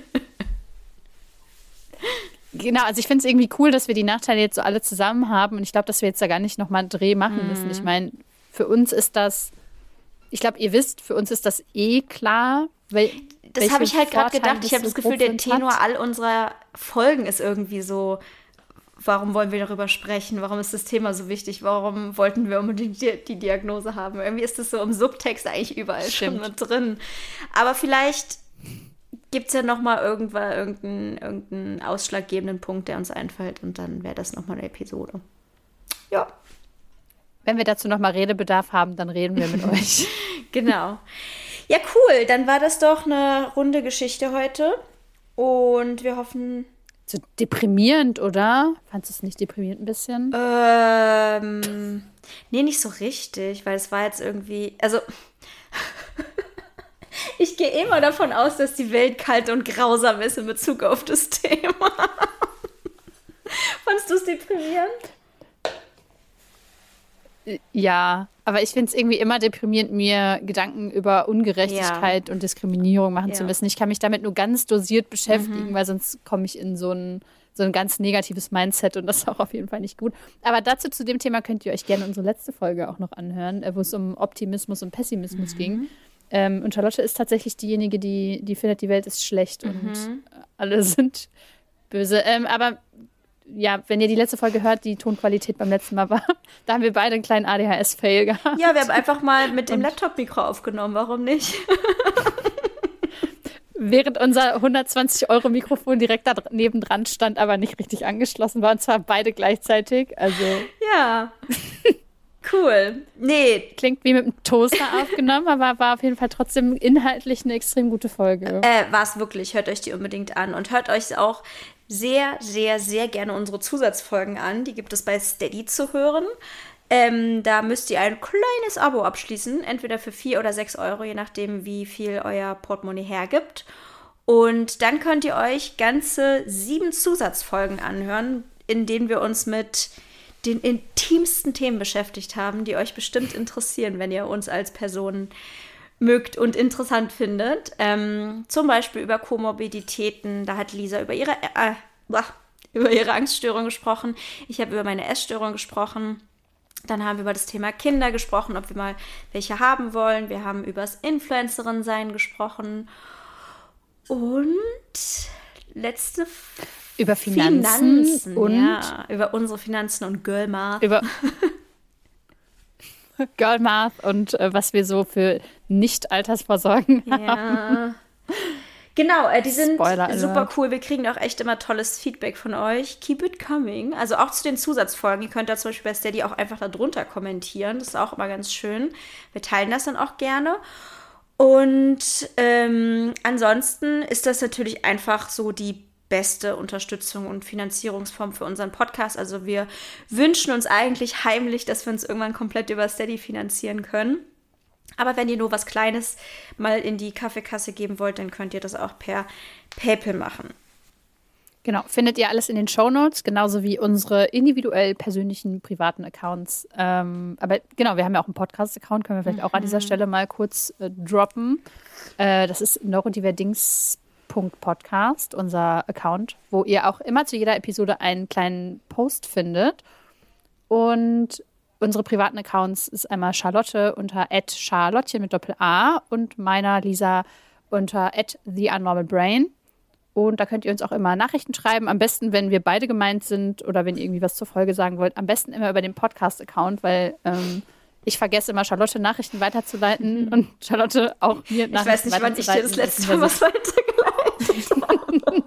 Genau, also ich finde es irgendwie cool, dass wir die Nachteile jetzt so alle zusammen haben. Und ich glaube, dass wir jetzt da gar nicht nochmal einen Dreh machen müssen. Ich meine, für uns ist das, ich glaube, ihr wisst, für uns ist das klar. Das habe ich halt gerade gedacht. Ich habe das Gefühl, der Tenor all unserer Folgen ist irgendwie so, warum wollen wir darüber sprechen? Warum ist das Thema so wichtig? Warum wollten wir unbedingt die Diagnose haben? Irgendwie ist das so im Subtext eigentlich überall schon mit drin. Aber vielleicht gibt es ja nochmal irgendeinen ausschlaggebenden Punkt, der uns einfällt. Und dann wäre das nochmal eine Episode. Ja. Wenn wir dazu nochmal Redebedarf haben, dann reden wir mit euch. Genau. Ja, cool. Dann war das doch eine runde Geschichte heute. Und wir hoffen... So deprimierend, oder? Fandest du es nicht deprimierend ein bisschen? Nee, nicht so richtig, weil es war jetzt irgendwie... Also, ich gehe immer davon aus, dass die Welt kalt und grausam ist in Bezug auf das Thema. Fandest du es deprimierend? Ja, aber ich finde es irgendwie immer deprimierend, mir Gedanken über Ungerechtigkeit und Diskriminierung machen zu müssen. Ich kann mich damit nur ganz dosiert beschäftigen, weil sonst komme ich in so ein ganz negatives Mindset und das ist auch auf jeden Fall nicht gut. Aber dazu zu dem Thema könnt ihr euch gerne unsere letzte Folge auch noch anhören, wo es um Optimismus und Pessimismus ging. Und Charlotte ist tatsächlich diejenige, die findet, die Welt ist schlecht und alle sind böse. Aber ja, wenn ihr die letzte Folge hört, die Tonqualität beim letzten Mal war, da haben wir beide einen kleinen ADHS-Fail gehabt. Ja, wir haben einfach mal mit dem Laptop-Mikro aufgenommen, warum nicht? Während unser 120-Euro-Mikrofon direkt da nebendran stand, aber nicht richtig angeschlossen war, und zwar beide gleichzeitig. Also ja, cool. Nee. Klingt wie mit einem Toaster aufgenommen, aber war auf jeden Fall trotzdem inhaltlich eine extrem gute Folge. War es wirklich. Hört euch die unbedingt an und hört euch auch sehr, sehr, sehr gerne unsere Zusatzfolgen an. Die gibt es bei Steady zu hören. Da müsst ihr ein kleines Abo abschließen, entweder für 4 oder 6 Euro, je nachdem, wie viel euer Portemonnaie hergibt. Und dann könnt ihr euch ganze 7 Zusatzfolgen anhören, in denen wir uns mit den intimsten Themen beschäftigt haben, die euch bestimmt interessieren, wenn ihr uns als Personen mögt und interessant findet. Zum Beispiel über Komorbiditäten. Da hat Lisa über ihre Angststörung gesprochen. Ich habe über meine Essstörung gesprochen. Dann haben wir über das Thema Kinder gesprochen, ob wir mal welche haben wollen. Wir haben über das Influencerin-Sein gesprochen. Und über Finanzen und ja, über unsere Finanzen und Girl Math. Über Girl Math und was wir so für Nicht-Altersvorsorgen haben. Genau, die sind Spoiler super cool. Wir kriegen auch echt immer tolles Feedback von euch. Keep it coming. Also auch zu den Zusatzfolgen. Ihr könnt da zum Beispiel bei Steady auch einfach da drunter kommentieren. Das ist auch immer ganz schön. Wir teilen das dann auch gerne. Und ansonsten ist das natürlich einfach so die beste Unterstützung und Finanzierungsform für unseren Podcast. Also wir wünschen uns eigentlich heimlich, dass wir uns irgendwann komplett über Steady finanzieren können. Aber wenn ihr nur was Kleines mal in die Kaffeekasse geben wollt, dann könnt ihr das auch per PayPal machen. Genau, findet ihr alles in den Shownotes, genauso wie unsere individuell persönlichen privaten Accounts. Aber genau, wir haben ja auch einen Podcast-Account, können wir vielleicht auch an dieser Stelle mal kurz droppen. Das ist neurodiverdings.podcast, unser Account, wo ihr auch immer zu jeder Episode einen kleinen Post findet. Und unsere privaten Accounts ist einmal Charlotte unter @charlottchen mit Doppel-A und meiner Lisa unter @theunnormalbrain. Und da könnt ihr uns auch immer Nachrichten schreiben. Am besten, wenn wir beide gemeint sind oder wenn ihr irgendwie was zur Folge sagen wollt, am besten immer über den Podcast-Account, weil ich vergesse immer, Charlotte Nachrichten weiterzuleiten und Charlotte auch mir Nachrichten weiterzuleiten. Ich weiß nicht, wann ich dir das letzte Mal was weitergeleitet habe.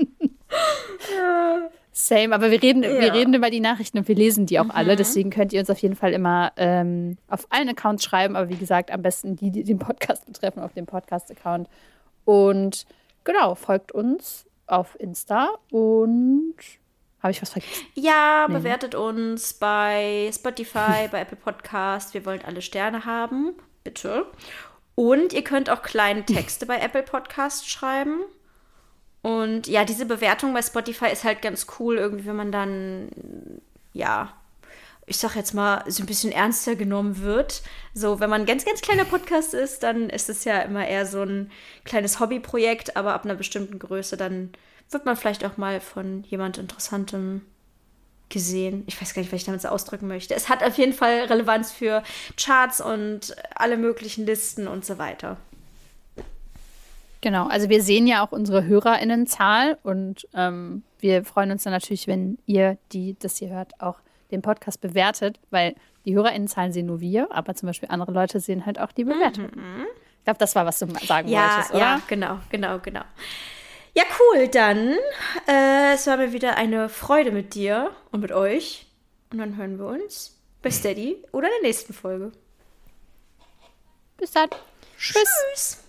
Same, aber wir reden über die Nachrichten und wir lesen die auch alle. Deswegen könnt ihr uns auf jeden Fall immer auf allen Accounts schreiben. Aber wie gesagt, am besten die den Podcast betreffen, auf dem Podcast-Account. Und genau, folgt uns auf Insta und habe ich was vergessen? Ja, bewertet uns bei Spotify, bei Apple Podcast. Wir wollen alle Sterne haben, bitte. Und ihr könnt auch kleine Texte bei Apple Podcast schreiben. Und ja, diese Bewertung bei Spotify ist halt ganz cool, irgendwie, wenn man dann, ja, ich sag jetzt mal, so ein bisschen ernster genommen wird. So, wenn man ein ganz, ganz kleiner Podcast ist, dann ist es ja immer eher so ein kleines Hobbyprojekt, aber ab einer bestimmten Größe, dann wird man vielleicht auch mal von jemand Interessantem gesehen. Ich weiß gar nicht, was ich damit so ausdrücken möchte. Es hat auf jeden Fall Relevanz für Charts und alle möglichen Listen und so weiter. Genau, also wir sehen ja auch unsere HörerInnenzahl und wir freuen uns dann natürlich, wenn ihr, die das hier hört, auch den Podcast bewertet, weil die HörerInnenzahlen sehen nur wir, aber zum Beispiel andere Leute sehen halt auch die Bewertung. Ich glaube, das war, was du sagen wolltest, oder? Ja, genau. Ja, cool, dann es war mir wieder eine Freude mit dir und mit euch und dann hören wir uns bei Steady oder in der nächsten Folge. Bis dann. Tschüss.